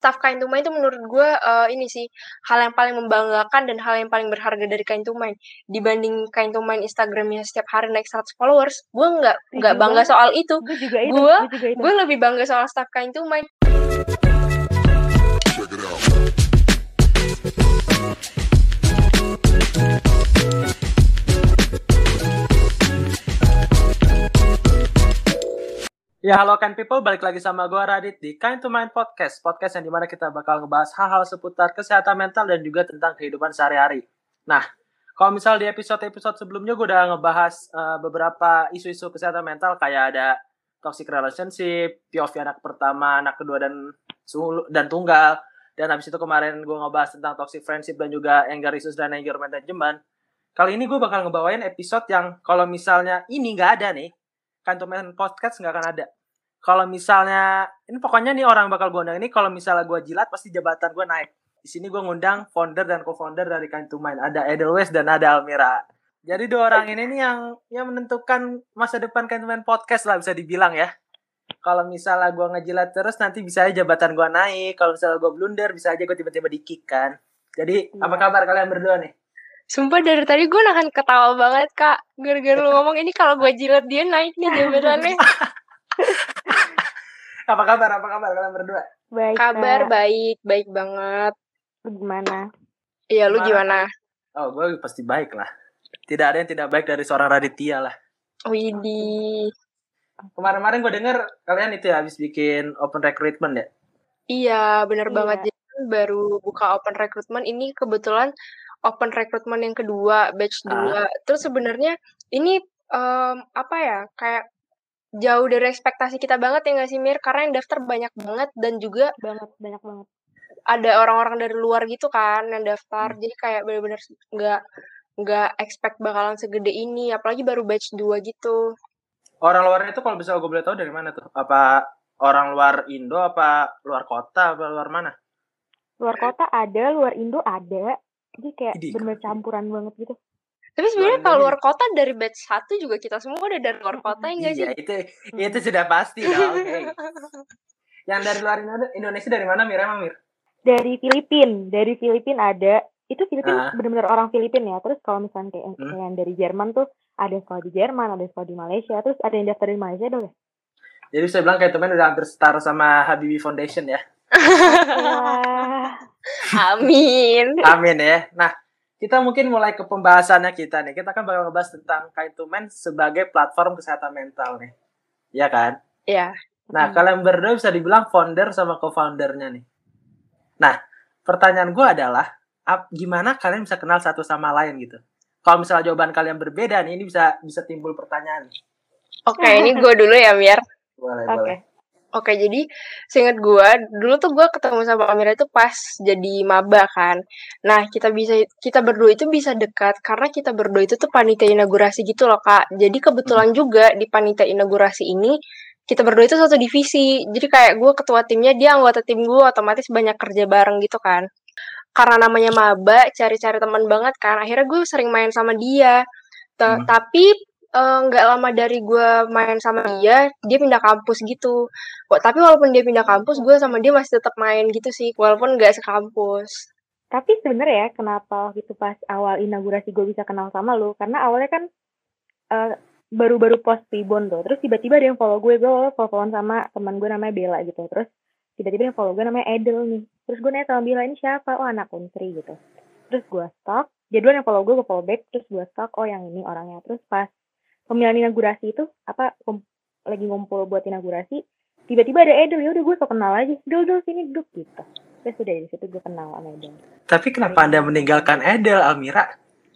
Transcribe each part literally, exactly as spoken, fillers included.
staff Kind to Mind itu menurut gue uh, ini sih hal yang paling membanggakan dan hal yang paling berharga dari Kind to Mind. Dibanding Kind to Mind Instagramnya setiap hari naik seratus followers, gue nggak nggak bangga soal itu. Gue gue lebih bangga soal staff Kind to Mind. Check it out. Ya, halo Kind People, balik lagi sama gue Radit di Kind to Mind Podcast. Podcast yang dimana kita bakal ngebahas hal-hal seputar kesehatan mental dan juga tentang kehidupan sehari-hari. Nah, kalau misal di episode-episode sebelumnya gue udah ngebahas uh, beberapa isu-isu kesehatan mental, kayak ada toxic relationship, P O V anak pertama, anak kedua, dan dan tunggal. Dan habis itu kemarin gue ngebahas tentang toxic friendship dan juga anger issues dan anger management. Kali ini gue bakal ngebawain episode yang kalau misalnya ini gak ada nih, Kind to Mind Podcast nggak akan ada. Kalau misalnya, ini pokoknya nih orang bakal gue undang ini, kalau misalnya gue jilat, pasti jabatan gue naik. Di sini gue ngundang founder dan co-founder dari Kind to Mind. Ada Edelweiss dan ada Almira. Jadi dua orang ini nih yang yang menentukan masa depan Kind to Mind Podcast lah, bisa dibilang ya. Kalau misalnya gue ngejilat terus, nanti bisa aja jabatan gue naik. Kalau misalnya gue blunder, bisa aja gue tiba-tiba di-kick kan. Jadi, ya. Apa kabar kalian berdua nih? Sumpah dari tadi gue nahan ketawa banget, Kak. Gara-gara lu ngomong ini kalau gue jilat dia naik nih jabatannya. Apa kabar? Apa kabar kalian berdua? Baik. Kabar Kak. baik, baik banget. Lu gimana? Iya, lu gimana? Oh, gue pasti baik lah. Tidak ada yang tidak baik dari seorang Raditya lah. Widih. Kemarin-kemarin gue denger kalian itu ya habis bikin open recruitment ya? Iya, benar iya. banget. Jadi baru buka open recruitment. Ini kebetulan open recruitment yang kedua, batch dua. Ah. Terus sebenarnya ini um, apa ya, kayak jauh dari ekspektasi kita banget ya nggak sih, Mir? Karena yang daftar banyak banget dan juga banget banyak banget. Ada orang-orang dari luar gitu kan yang daftar. Hmm. Jadi kayak benar-benar nggak nggak expect bakalan segede ini, apalagi baru batch dua gitu. Orang luarnya itu kalau bisa gue boleh tahu dari mana tuh? Apa orang luar Indo, apa luar kota, apa luar mana? Luar kota ada, luar Indo ada. Jadi kayak bener campuran banget gitu. Tapi sebenarnya kalau luar kota dari batch satu juga kita semua udah dari luar kota ya nggak sih? Iya, itu itu sudah pasti dong. Okay. Yang dari luar Indonesia dari mana, Mir? Emang Mir? Dari Filipina, dari Filipina ada. Itu Filipina uh. benar-benar orang Filipina ya. Terus kalau misalnya kayak hmm. yang dari Jerman tuh ada sekolah di Jerman, ada sekolah di Malaysia, terus ada yang daftar di Malaysia dong ya. Jadi saya bilang kayak teman udah hampir setara sama Habibie Foundation ya. Amin. Amin ya. Nah, kita mungkin mulai ke pembahasannya kita nih. Kita kan bakal ngebahas tentang Kind to Mind sebagai platform kesehatan mental nih. Iya kan? Iya. Nah, hmm. kalian berdua bisa dibilang founder sama co-foundernya nih. Nah, pertanyaan gue adalah, ap, gimana kalian bisa kenal satu sama lain gitu? Kalau misalnya jawaban kalian berbeda nih, ini bisa bisa timbul pertanyaan. Oke, okay, ini gue dulu ya, Mir. Boleh, okay. boleh. Oke, jadi seingat gue, dulu tuh gue ketemu sama Amira itu pas jadi maba kan. Nah, kita bisa kita berdua itu bisa dekat karena kita berdua itu tuh panitia inaugurasi gitu loh, Kak. Jadi kebetulan hmm. juga di panitia inaugurasi ini, kita berdua itu satu divisi. Jadi kayak gue ketua timnya, dia anggota tim gue, otomatis banyak kerja bareng gitu kan. Karena namanya maba, cari-cari teman banget kan. Akhirnya gue sering main sama dia. T- hmm. Tapi nggak uh, lama dari gue main sama dia, dia pindah kampus gitu. Kok tapi walaupun dia pindah kampus, gue sama dia masih tetap main gitu sih, walaupun nggak sekampus. Tapi sebenarnya ya, kenapa gitu pas awal inaugurasi gue bisa kenal sama lo? Karena awalnya kan uh, baru-baru post Tribun tuh, terus tiba-tiba ada yang follow gue, gue follow-followan sama teman gue namanya Bella gitu. Terus tiba-tiba yang follow gue namanya Edel nih. Terus gue nanya sama Bella, ini siapa? Oh, anak Untri gitu. Terus gue stalk, jadwal yang follow gue, gue follow back, terus gue stalk, oh yang ini orangnya. Terus pas pemilihan inaugurasi itu apa um, lagi ngumpul buat inaugurasi, tiba-tiba ada Edel, ya udah gue so kenal aja, Edel Edel sini duduk gitu. Terus udah dari situ gue kenal sama Edel. Tapi kenapa Anda meninggalkan Edel, Almira?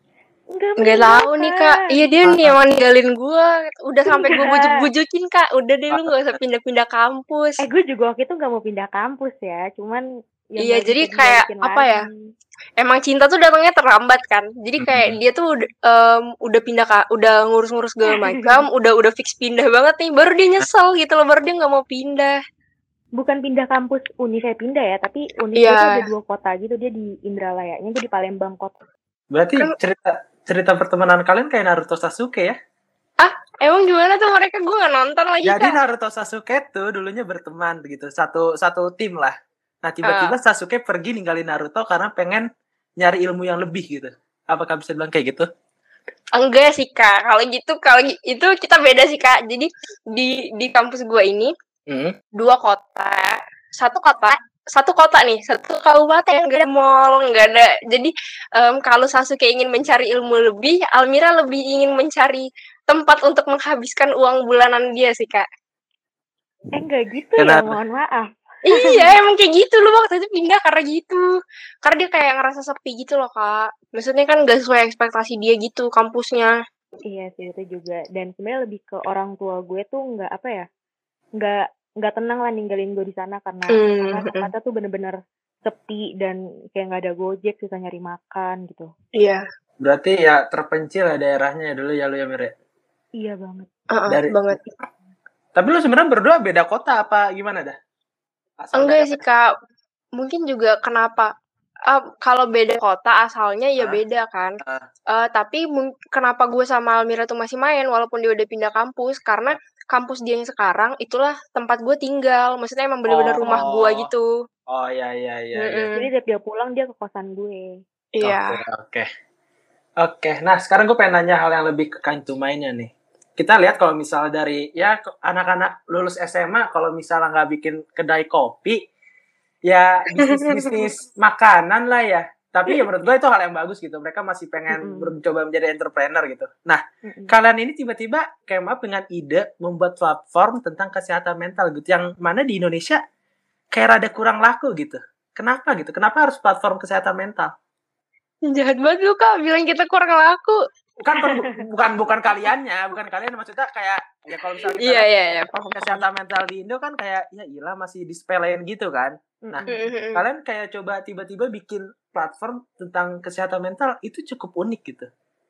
Enggak tahu nih, Kak. Iya dia nih yang ninggalin gue. Udah sampai gue bujuk-bujukin, Kak. Udah deh lu enggak usah pindah-pindah kampus. Eh gue juga waktu itu enggak mau pindah kampus ya, cuman ya iya, jadi kayak apa lagi. ya? Emang cinta tuh datangnya terlambat kan. Jadi kayak mm-hmm. dia tuh um, udah pindah Kak, udah ngurus-ngurus segala macam, udah udah fix pindah banget nih. Baru dia nyesel gitu loh, baru dia enggak mau pindah. Bukan pindah kampus Uni saya pindah ya, tapi Uni yeah. itu ada dua kota gitu, dia di Indralayanya, gue di Palembang kota. Berarti kan, cerita cerita pertemanan kalian kayak Naruto Sasuke ya? Ah, emang gimana tuh mereka? Gue gak nonton lagi. Jadi Kak. Naruto Sasuke tuh dulunya berteman gitu, satu satu tim lah. Nah, tiba-tiba Sasuke pergi ninggalin Naruto karena pengen nyari ilmu yang lebih gitu. Apakah bisa bilang kayak gitu? Enggak sih Kak, kalau gitu kalau itu kita beda sih Kak. Jadi di di kampus gue ini hmm. dua kota, satu kota, satu kota nih, satu kabupaten nggak ada mall, nggak ada. Jadi um, kalau Sasuke ingin mencari ilmu lebih, Almira lebih ingin mencari tempat untuk menghabiskan uang bulanan dia sih Kak. Eh enggak gitu ya, mohon maaf. Iya emang kayak gitu loh, waktu itu pindah karena gitu. Karena dia kayak ngerasa sepi gitu loh Kak. Maksudnya kan gak sesuai ekspektasi dia gitu kampusnya. Iya sih itu juga. Dan sebenarnya lebih ke orang tua gue tuh gak apa ya, Gak, gak tenang lah ninggalin gue di sana. Karena mm. tempatnya tuh bener-bener sepi dan kayak gak ada Gojek, susah nyari makan gitu. Iya. Berarti ya terpencil ya daerahnya dulu ya lu ya Mir? Iya banget. Uh-uh, Dari... banget. Tapi lu sebenarnya berdua beda kota apa gimana dah? Asal enggak sih Kak, mungkin juga kenapa uh, kalau beda kota asalnya ya uh, beda kan. Uh. Uh, tapi m- kenapa gue sama Almira tuh masih main walaupun dia udah pindah kampus, karena kampus dia yang sekarang itulah tempat gue tinggal. Maksudnya emang bener-bener oh. rumah gue gitu. Oh iya iya iya. Mm-hmm. iya. Jadi dia pulang dia ke kosan gue. Iya. Oke okay, oke. Okay. Oke, okay. Nah sekarang gue pengen nanya hal yang lebih ke kind to mind-nya nih. Kita lihat kalau misalnya dari ya anak-anak lulus S M A kalau misalnya nggak bikin kedai kopi, ya bisnis-bisnis makanan lah ya. Tapi ya menurut gue itu hal yang bagus gitu. Mereka masih pengen mm-hmm. mencoba menjadi entrepreneur gitu. Nah, mm-hmm. kalian ini tiba-tiba came up dengan ide membuat platform tentang kesehatan mental gitu. Yang mana di Indonesia kayak rada kurang laku gitu. Kenapa gitu? Kenapa harus platform kesehatan mental? Jahat banget lu Kak, bilang kita kurang laku. Bukan bukan bukan kaliannya, bukan kalian maksudnya kayak ya kalau misalnya iya iya iya kesehatan mental di Indo kan kayak ya iyalah masih disepelein gitu kan. Nah, mm-hmm. kalian kayak coba tiba-tiba bikin platform tentang kesehatan mental itu cukup unik gitu.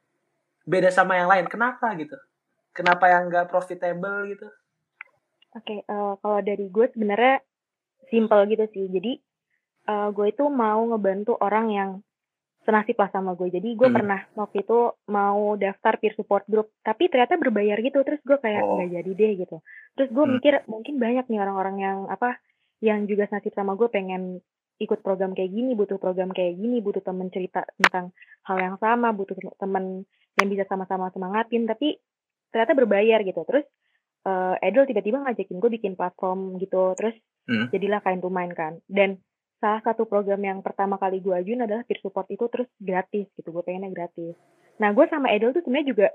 Beda sama yang lain. Kenapa gitu? Kenapa yang enggak profitable gitu? Oke, okay, uh, kalau dari gue sebenarnya simple gitu sih. Jadi uh, gue itu mau ngebantu orang yang senasib lah sama gue. Jadi gue hmm. pernah waktu itu mau daftar peer support group, tapi ternyata berbayar gitu. Terus gue kayak oh. gak jadi deh gitu. Terus gue hmm. mikir mungkin banyak nih orang-orang yang apa, yang juga senasib sama gue pengen ikut program kayak gini, butuh program kayak gini, butuh temen cerita tentang hal yang sama, butuh temen yang bisa sama-sama semangatin, tapi ternyata berbayar gitu. Terus uh, Edel tiba-tiba ngajakin gue bikin platform gitu. Terus hmm. jadilah Kind to Mind kan. Dan salah satu program yang pertama kali gue ajuin adalah peer support itu terus gratis gitu, gue pengennya gratis. Nah gue sama Edel tuh sebenarnya juga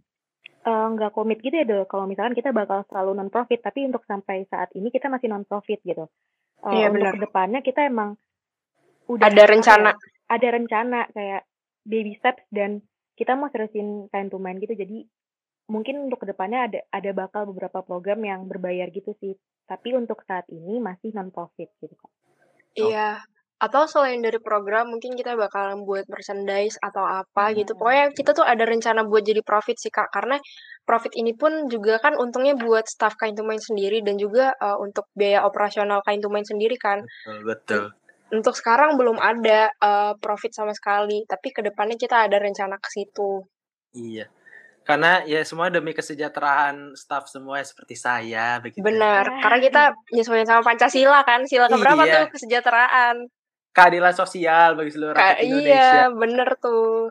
nggak uh, komit gitu ya Edel, kalau misalkan kita bakal selalu non profit, tapi untuk sampai saat ini kita masih non profit gitu. Uh, iya, untuk benar. Kedepannya kita emang udah ada rencana, ya, ada rencana kayak baby steps dan kita mau seriusin Kind to Mind gitu. Jadi mungkin untuk kedepannya ada ada bakal beberapa program yang berbayar gitu sih, tapi untuk saat ini masih non profit gitu kok. Iya, atau selain dari program mungkin kita bakalan buat merchandise atau apa hmm. gitu. Pokoknya kita tuh ada rencana buat jadi profit sih Kak, karena profit ini pun juga kan untungnya buat staff Kind to Mind sendiri dan juga uh, untuk biaya operasional Kind to Mind sendiri kan. Betul, betul. Untuk sekarang belum ada uh, profit sama sekali, tapi kedepannya kita ada rencana ke situ. Iya. Karena ya semua demi kesejahteraan staff semua seperti saya begitu. Benar, karena kita nyesuaiin sama Pancasila kan. Sila keberapa iya. tuh kesejahteraan. Keadilan sosial bagi seluruh rakyat Ka- Indonesia. Iya, bener tuh.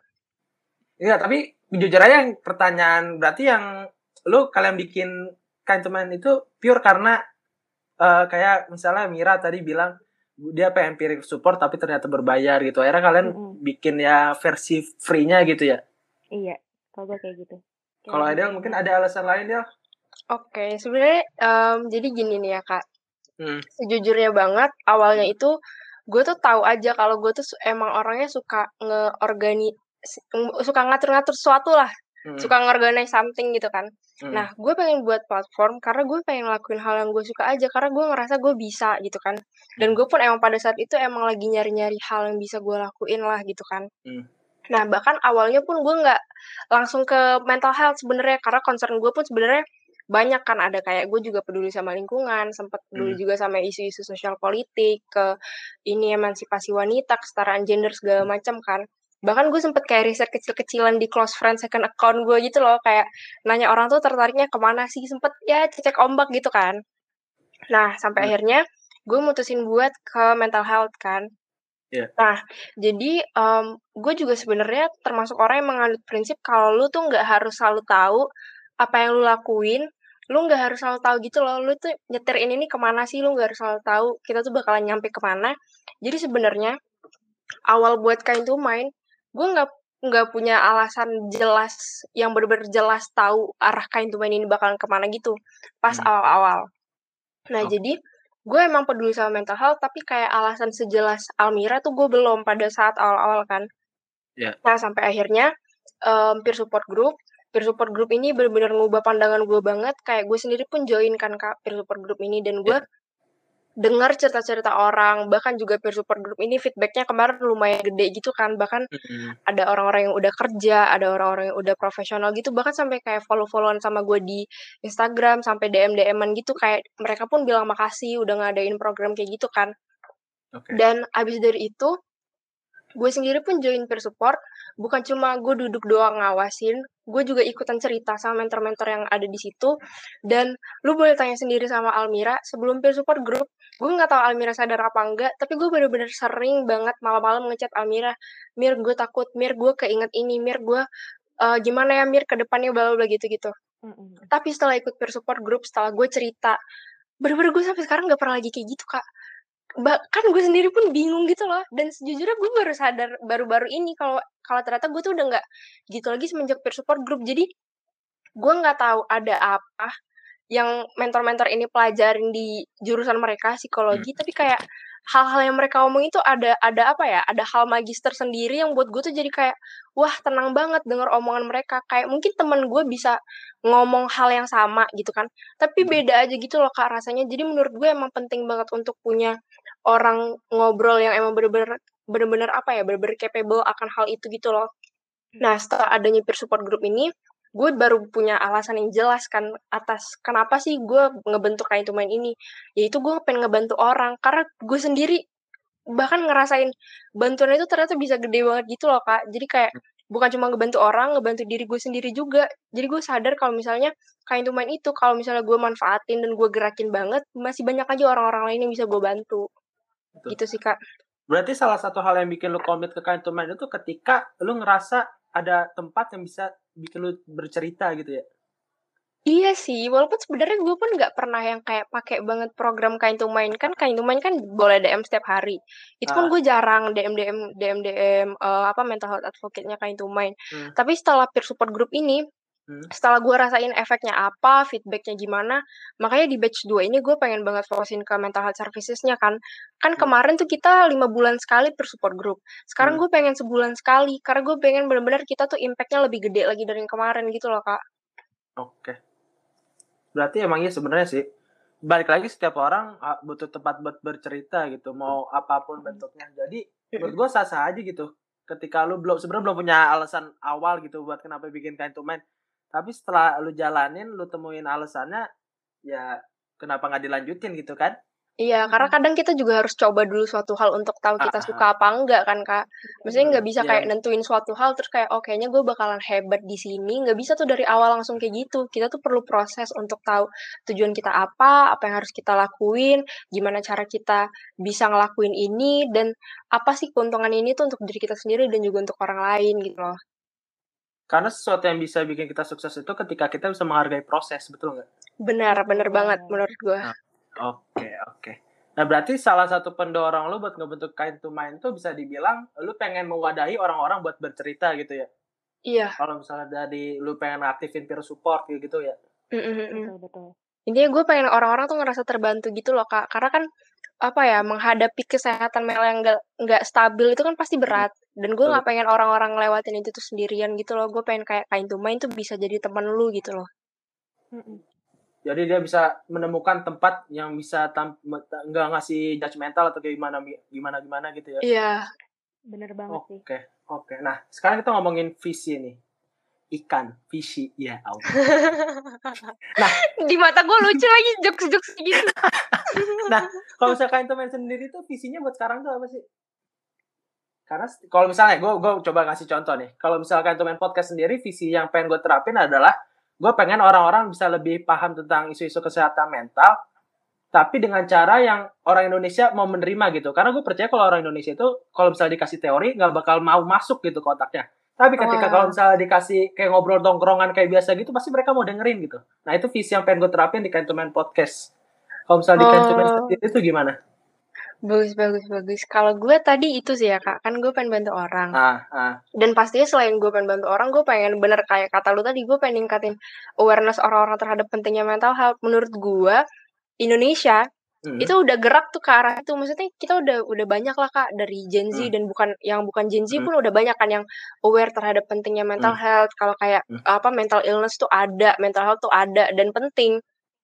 Iya, tapi jujur aja yang pertanyaan berarti yang lu kalian bikin Kind to Mind itu pure karena uh, kayak misalnya Mira tadi bilang dia pengen peer support tapi ternyata berbayar gitu. Akhirnya kalian mm-hmm. bikin ya versi free-nya gitu ya. Iya. Kalau gue kayak gitu. Kalau Adel mungkin ada alasan lain Del? Oke, okay, sebenarnya um, jadi gini nih ya Kak. Hmm. Sejujurnya banget, awalnya itu gue tuh tahu aja kalau gue tuh emang orangnya suka ngeorgani, suka ngatur-ngatur sesuatu lah, hmm. suka nge-organize something gitu kan. Hmm. Nah, gue pengen buat platform karena gue pengen lakuin hal yang gue suka aja, karena gue ngerasa gue bisa gitu kan. Dan gue pun emang pada saat itu emang lagi nyari-nyari hal yang bisa gue lakuin lah gitu kan. Hmm. Nah, bahkan awalnya pun gue nggak langsung ke mental health sebenarnya, karena concern gue pun sebenarnya banyak kan, ada kayak gue juga peduli sama lingkungan, sempat peduli hmm. juga sama isu-isu sosial politik, ke ini emansipasi wanita, kesetaraan gender segala macam kan. Bahkan gue sempet kayak riset kecil-kecilan di close friend second account gue gitu loh, kayak nanya orang tuh tertariknya kemana sih, sempet ya cek ombak gitu kan. Nah, sampai hmm. akhirnya gue mutusin buat ke mental health kan. Iya. Nah, jadi, mmm, gue juga sebenarnya termasuk orang yang menganut prinsip kalau lu tuh nggak harus selalu tahu apa yang lu lakuin, lu nggak harus selalu tahu gitu loh, lu tuh nyetir ini nih kemana sih, lu nggak harus selalu tahu kita tuh bakalan nyampe ke mana. Jadi sebenarnya awal buat Kind to Mind, gue nggak nggak punya alasan jelas yang bener-bener jelas tahu arah Kind to Mind ini bakalan ke mana gitu, pas Hmm. awal-awal. Nah, Oh. jadi gue emang peduli sama mental health, tapi kayak alasan sejelas Almira tuh gue belum pada saat awal-awal kan. Iya. Nah, sampai akhirnya, mmm, peer support group, peer support group ini bener-bener ngubah pandangan gue banget, kayak gue sendiri pun join kan, Kak, peer support group ini dan gue Iya. dengar cerita-cerita orang, bahkan juga peer support group ini feedback-nya kemarin lumayan gede gitu kan, bahkan Mhm. ada orang-orang yang udah kerja, ada orang-orang yang udah profesional gitu, bahkan sampai kayak follow-follow-an sama gue di Instagram, sampai D M D M-an gitu, kayak mereka pun bilang makasih udah ngadain program kayak gitu kan. Oke. Dan abis dari itu, gue sendiri pun join peer support, bukan cuma gue duduk doang ngawasin, gue juga ikutan cerita sama mentor-mentor yang ada di situ. Dan lu boleh tanya sendiri sama Almira, sebelum peer support group, gue nggak tahu Almira sadar apa enggak, tapi gue bener-bener sering banget malam-malam ngechat Almira, "Mir, gue takut, Mir, gue keinget ini, Mir, gue uh, gimana ya, Mir, ke depannya bla bla gitu-gitu." Mhm. Tapi setelah ikut peer support group, setelah gue cerita, bener-bener gue sampai sekarang nggak pernah lagi kayak gitu, Kak. Bahkan gue sendiri pun bingung gitu loh, dan sejujurnya gue baru sadar baru-baru ini kalau kalau ternyata gue tuh udah nggak gitu lagi semenjak peer support group. Jadi, gue nggak tahu ada apa yang mentor-mentor ini pelajarin di jurusan mereka, psikologi, Hmm. tapi kayak hal-hal yang mereka omongin tuh ada ada apa ya, ada hal magis tersendiri yang buat gue tuh jadi kayak, wah tenang banget denger omongan mereka. Kayak mungkin temen gue bisa ngomong hal yang sama gitu kan, tapi Hmm. beda aja gitu loh, Kak, rasanya. Jadi menurut gue emang penting banget untuk punya orang ngobrol yang emang bener-bener bener-bener apa ya, bener-bener capable akan hal itu gitu loh. Nah, setelah adanya peer support group ini, gue baru punya alasan yang jelas kan atas kenapa sih gue ngebentuk Kind to Mind ini. Yaitu gue pengen ngebantu orang, karena gue sendiri bahkan ngerasain bantuan itu ternyata bisa gede banget gitu loh, Kak. Jadi kayak bukan cuma ngebantu orang, ngebantu diri gue sendiri juga. Jadi gue sadar kalau misalnya Kind to Mind itu kalau misalnya gue manfaatin dan gue gerakin banget, masih banyak aja orang-orang lain yang bisa gue bantu. Betul. Gitu sih, Kak. Berarti salah satu hal yang bikin lu komit ke Kind to Mind itu ketika lu ngerasa ada tempat yang bisa bikin lu bercerita gitu ya? Iya sih, walaupun sebenarnya gue pun nggak pernah yang kayak pakai banget program Kind to Mind. Kan Kind to Mind kan boleh D M setiap hari. Itu pun Ah. gue jarang D M D M D M D M uh, apa mental health advocate-nya Kind to Mind. Hmm. Tapi setelah peer support group ini, Hmm. setelah gue rasain efeknya apa, feedback-nya gimana, makanya di batch dua ini gue pengen banget fokusin ke mental health services-nya kan. Kan Hmm. kemarin tuh kita lima bulan sekali peer support group. Sekarang Hmm. gue pengen sebulan sekali, karena gue pengen benar-benar kita tuh impact-nya lebih gede lagi dari yang kemarin gitu loh, Kak. Oke. Berarti emang iya sebenarnya sih, balik lagi setiap orang uh, butuh tempat buat bercerita gitu, mau apapun bentuknya. Jadi menurut gue sah-sah aja gitu. Ketika lu belum sebenarnya belum punya alasan awal gitu buat kenapa bikin Kind to Mind. Tapi setelah lu jalanin, lu temuin alasannya, ya kenapa nggak dilanjutin gitu kan? Iya, karena kadang kita juga harus coba dulu suatu hal untuk tahu kita Ah, suka apa enggak kan, Kak. Maksudnya nggak bisa Iya. kayak nentuin suatu hal terus kayak, "Oh, kayaknya gue bakalan hebat di sini." Nggak bisa tuh dari awal langsung kayak gitu. Kita tuh perlu proses untuk tahu tujuan kita apa, apa yang harus kita lakuin, gimana cara kita bisa ngelakuin ini, dan apa sih keuntungan ini tuh untuk diri kita sendiri dan juga untuk orang lain gitu loh. Karena sesuatu yang bisa bikin kita sukses itu ketika kita bisa menghargai proses, betul nggak? Benar, benar banget menurut gue. Nah, oke, oke. Nah, berarti salah satu pendorong lu buat ngebentuk Kind to Mind tuh bisa dibilang lu pengen mewadahi orang-orang buat bercerita gitu ya? Iya. Kalau misalnya dari lu pengen aktifin peer support gitu ya? Betul, betul. Intinya gue pengen orang-orang tuh ngerasa terbantu gitu loh, Kak. Karena kan apa ya, menghadapi kesehatan mental yang nggak nggak stabil itu kan pasti berat. Dan gue nggak pengen orang-orang ngelewatin itu tuh sendirian gitu loh. Gue pengen kayak Kind to Mind tuh bisa jadi teman lu gitu loh. Jadi dia bisa menemukan tempat yang bisa tam- nggak ngasih judgmental atau kayak gimana gimana gimana gitu ya? Iya. Bener banget sih. Oke, oke. Nah, sekarang kita ngomongin visi nih. Ikan, visi, ya Allah. Nah, di mata gue lucu lagi jokes-jokes gitu. Nah, kalau misalnya Kind to Mind sendiri tuh visinya buat sekarang tuh apa sih? Karena kalau misalnya gue gue coba ngasih contoh nih. Kalau misalnya Kind to Mind podcast sendiri, visi yang pengen gue terapin adalah gue pengen orang-orang bisa lebih paham tentang isu-isu kesehatan mental tapi dengan cara yang orang Indonesia mau menerima gitu. Karena gue percaya kalau orang Indonesia itu kalau misalnya dikasih teori nggak bakal mau masuk gitu ke otaknya. Tapi ketika kalau Wah. misalnya dikasih kayak ngobrol tongkrongan kayak biasa gitu, pasti mereka mau dengerin gitu. Nah itu visi yang pengen gue terapin di Kind to Mind Podcast. Kalau misalnya di Kind to Mind Oh, sendiri itu gimana? bagus, bagus, bagus. Kalau gue tadi itu sih ya Kak, kan gue pengen bantu orang. Ah, ah. Dan pastinya selain gue pengen bantu orang, gue pengen bener kayak kata lu tadi, gue pengen ningkatin awareness orang-orang terhadap pentingnya mental health. Menurut gue, Indonesia Hmm. itu udah gerak tuh ke arah itu. Maksudnya kita udah udah banyak lah Kak dari Gen Z Hmm. dan bukan yang bukan Gen Z Hmm. pun udah banyak kan yang aware terhadap pentingnya mental Hmm. health. Kalau kayak Hmm. apa mental illness tuh ada, mental health tuh ada dan penting.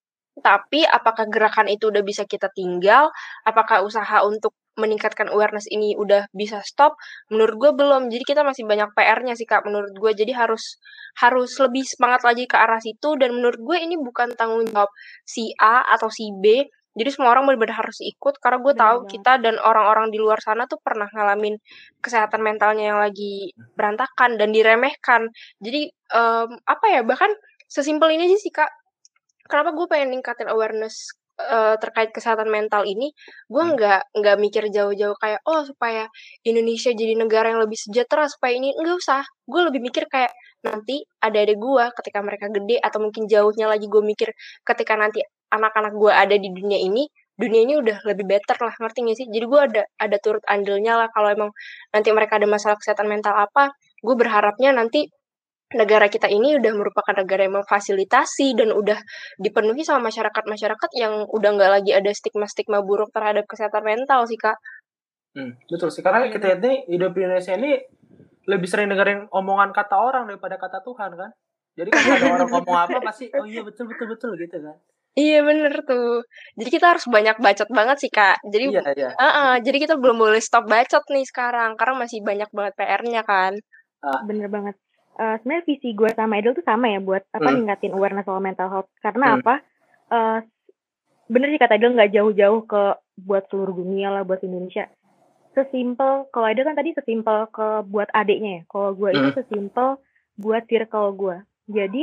Tapi apakah gerakan itu udah bisa kita tinggal? Apakah usaha untuk meningkatkan awareness ini udah bisa stop? Menurut gue belum. Jadi kita masih banyak P R-nya sih Kak menurut gue. Jadi harus harus lebih semangat lagi ke arah situ dan menurut gue ini bukan tanggung jawab si A atau si B. Jadi semua orang benar-benar harus ikut karena gue Bener tahu banget. kita dan orang-orang di luar sana tuh pernah ngalamin kesehatan mentalnya yang lagi berantakan dan diremehkan. Jadi em, apa ya bahkan sesimpel ini aja sih Kak. Kenapa gue pengen ningkatin awareness uh, terkait kesehatan mental ini, gue Hmm. nggak nggak mikir jauh-jauh kayak oh supaya Indonesia jadi negara yang lebih sejahtera supaya ini nggak usah. Gue lebih mikir kayak nanti adik-adik gue ketika mereka gede atau mungkin jauhnya lagi gue mikir ketika nanti anak-anak gue ada di dunia ini, dunia ini udah lebih better lah, ngerti gak sih? Jadi gue ada ada turut andilnya lah kalau emang nanti mereka ada masalah kesehatan mental apa, gue berharapnya nanti negara kita ini udah merupakan negara yang memfasilitasi dan udah dipenuhi sama masyarakat-masyarakat yang udah nggak lagi ada stigma-stigma buruk terhadap kesehatan mental sih Kak. Hmm, betul sih. Karena Iya, kita ini hidup di Indonesia ini lebih sering dengerin omongan kata orang daripada kata Tuhan kan. Jadi kalau ada orang ngomong apa pasti oh iya betul betul betul gitu kan. Iya bener tuh. Jadi kita harus banyak bacot banget sih Kak. Jadi Iya iya. uh-uh, jadi kita belum boleh stop bacot nih sekarang karena masih banyak banget P R-nya kan. Ah, Bener banget. Eh, sebenarnya visi gue sama Edel tuh sama ya buat apa Hmm. ningkatin awareness soal mental health. Karena Hmm. apa? Eh, bener sih kata Edel nggak jauh-jauh ke buat seluruh dunia lah, buat Indonesia. Sesimpel, kalau Edel kan tadi sesimpel ke buat adiknya ya. Kalau gue itu Hmm. sesimpel buat circle gue. Jadi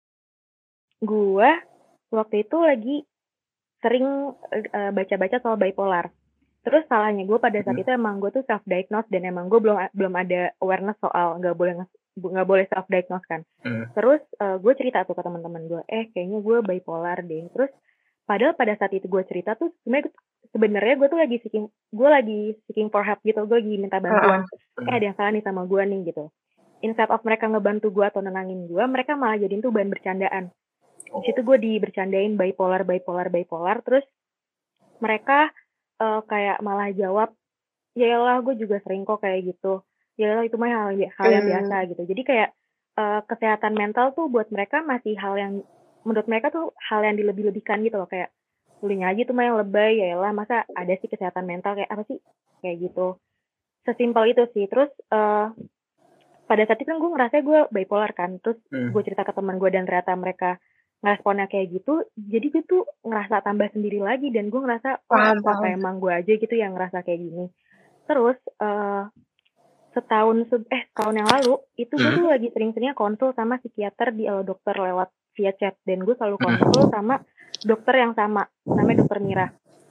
gue waktu itu lagi sering eh, baca-baca soal bipolar. Terus salahnya gue pada saat Hmm. itu emang gue tuh self diagnose dan emang gue belum belum ada awareness soal nggak boleh nge- nggak boleh self diagnose kan. Hmm. Terus uh, gue cerita tuh ke teman-teman gue, eh kayaknya gue bipolar deh. Terus padahal pada saat itu gue cerita tuh sebenarnya sebenarnya gue tuh lagi seeking gue lagi seeking for help gitu, gue lagi minta bantuan. Uh-uh. Eh ada yang salah nih sama gue nih gitu. Instead of mereka ngebantu gue atau nenangin gue, mereka malah jadiin tuh bahan bercandaan. Di situ gue dibercandain bipolar, bipolar, bipolar. Terus mereka uh, kayak malah jawab, ya lah gue juga sering kok kayak gitu. Ya lah itu mah hal, hal yang Hmm. biasa gitu. Jadi kayak uh, kesehatan mental tuh buat mereka masih hal yang menurut mereka tuh hal yang dilebih-lebihkan gitu loh, kayak lunya aja tuh mah yang lebay, ya lah masa ada sih kesehatan mental kayak apa sih kayak gitu. Sesimpel itu sih. Terus uh, pada saat itu kan gue ngerasa gue bipolar kan. Terus Hmm. gue cerita ke teman gue dan ternyata mereka ngeresponnya kayak gitu. Jadi gue tuh ngerasa tambah sendiri lagi dan gue ngerasa oh Paham, apa paham. emang gue aja gitu yang ngerasa kayak gini. Terus uh, setahun se- eh setahun yang lalu itu gue Hmm. tuh lagi sering-seringnya konsul sama psikiater di Alo Dokter lewat via chat dan gue selalu Hmm. konsul sama dokter yang sama namanya dokter Mira.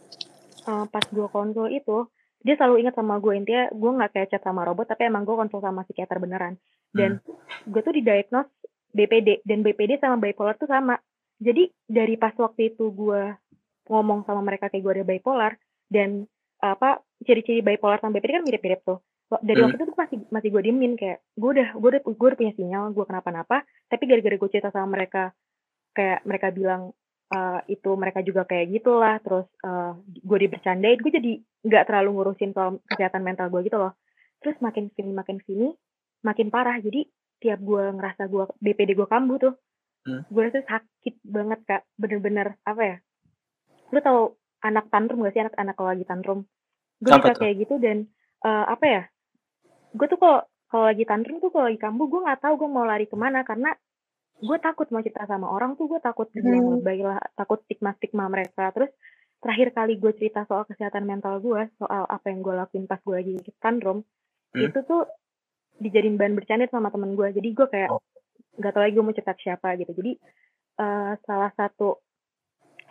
Uh, pas gue konsul itu dia selalu ingat sama gue, intinya gue nggak kayak chat sama robot tapi emang gue konsul sama psikiater beneran. Dan gue tuh didiagnose B P D dan B P D sama bipolar tuh sama. Jadi dari pas waktu itu gue ngomong sama mereka kayak gue ada bipolar dan apa ciri-ciri bipolar sama B P D kan mirip-mirip tuh. Dari Hmm. waktu itu tuh masih masih gue diemin kayak gue udah gue udah gue udah punya sinyal gue kenapa-napa, tapi gara-gara gue cerita sama mereka kayak mereka bilang uh, itu mereka juga kayak gitulah, terus uh, gue dibercandain, gue jadi nggak terlalu ngurusin soal kesehatan mental gue gitu loh. Terus makin sini makin sini makin parah, jadi tiap gue ngerasa gue B P D gue kambuh tuh, Hmm. gue rasa sakit banget kak, bener-bener apa ya? Lu tau anak tantrum gak sih, anak-anak kalau lagi tantrum? Gue Apa bisa tuh? kayak gitu dan uh, apa ya? Gue tuh kalau kalau lagi tantrum tuh kalau lagi kambuh gue nggak tahu gue mau lari kemana karena gue takut mau cerita sama orang tuh, gue takut dibilang Hmm. lebay lah, takut stigma-stigma mereka. Terus terakhir kali gue cerita soal kesehatan mental gue, soal apa yang gue lakuin pas gue lagi tantrum, Hmm. itu tuh dijadiin bahan bercanda sama temen gue. Jadi gue kayak Oh. nggak tahu lagi gue mau cerita ke siapa gitu. Jadi uh, salah satu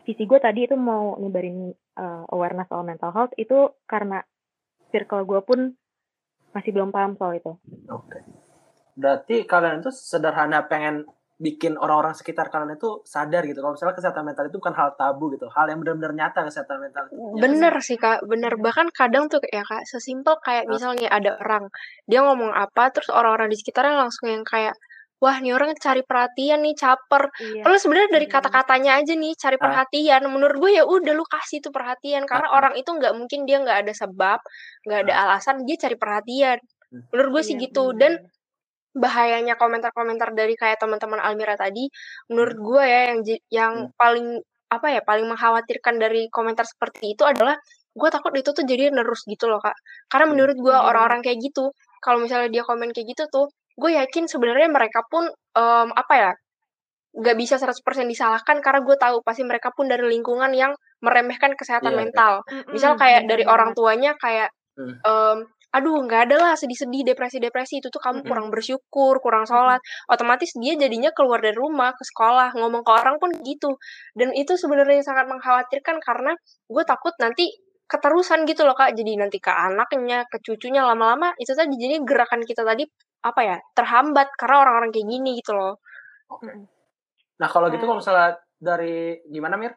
visi gue tadi itu mau nyebarin uh, awareness soal mental health itu karena circle gue pun masih belum paham soal itu. Oke. Okay. Berarti kalian itu sederhana pengen bikin orang-orang sekitar kalian itu sadar gitu. Kalau misalnya kesehatan mental itu bukan hal tabu gitu. Hal yang benar-benar nyata kesehatan mental itu. Bener ya, sih Kak, bener. Bahkan kadang tuh ya Kak, sesimpel kayak misalnya ada orang, dia ngomong apa, terus orang-orang di sekitarnya langsung yang kayak, wah nih orang cari perhatian nih, caper. Iya. Kalau sebenarnya dari kata-katanya aja nih, cari perhatian. Menurut gue ya udah lu kasih tuh perhatian. Karena orang itu nggak mungkin dia nggak ada sebab, nggak ada alasan, dia cari perhatian. Menurut gue sih gitu. Dan bahayanya komentar-komentar dari kayak teman-teman Almira tadi, menurut gue ya yang yang hmm. paling apa ya paling mengkhawatirkan dari komentar seperti itu adalah gue takut itu tuh jadi nerus gitu loh Kak. Karena hmm. menurut gue hmm. orang-orang kayak gitu, kalau misalnya dia komen kayak gitu tuh, gue yakin sebenarnya mereka pun um, apa ya nggak bisa seratus persen disalahkan karena gue tahu pasti mereka pun dari lingkungan yang meremehkan kesehatan yeah, mental. Yeah. Misal kayak mm-hmm. dari orang tuanya kayak mm. um, aduh nggak ada lah sedih-sedih depresi-depresi itu tuh kamu mm-hmm. kurang bersyukur kurang sholat mm-hmm. otomatis dia jadinya keluar dari rumah ke sekolah ngomong ke orang pun gitu dan itu sebenarnya sangat mengkhawatirkan karena gue takut nanti keterusan gitu loh Kak jadi nanti ke anaknya ke cucunya lama-lama itu tadi jadi gerakan kita tadi apa ya terhambat karena orang-orang kayak gini gitu loh. Oke. Okay. Nah kalau gitu kalau misalnya dari gimana Mir?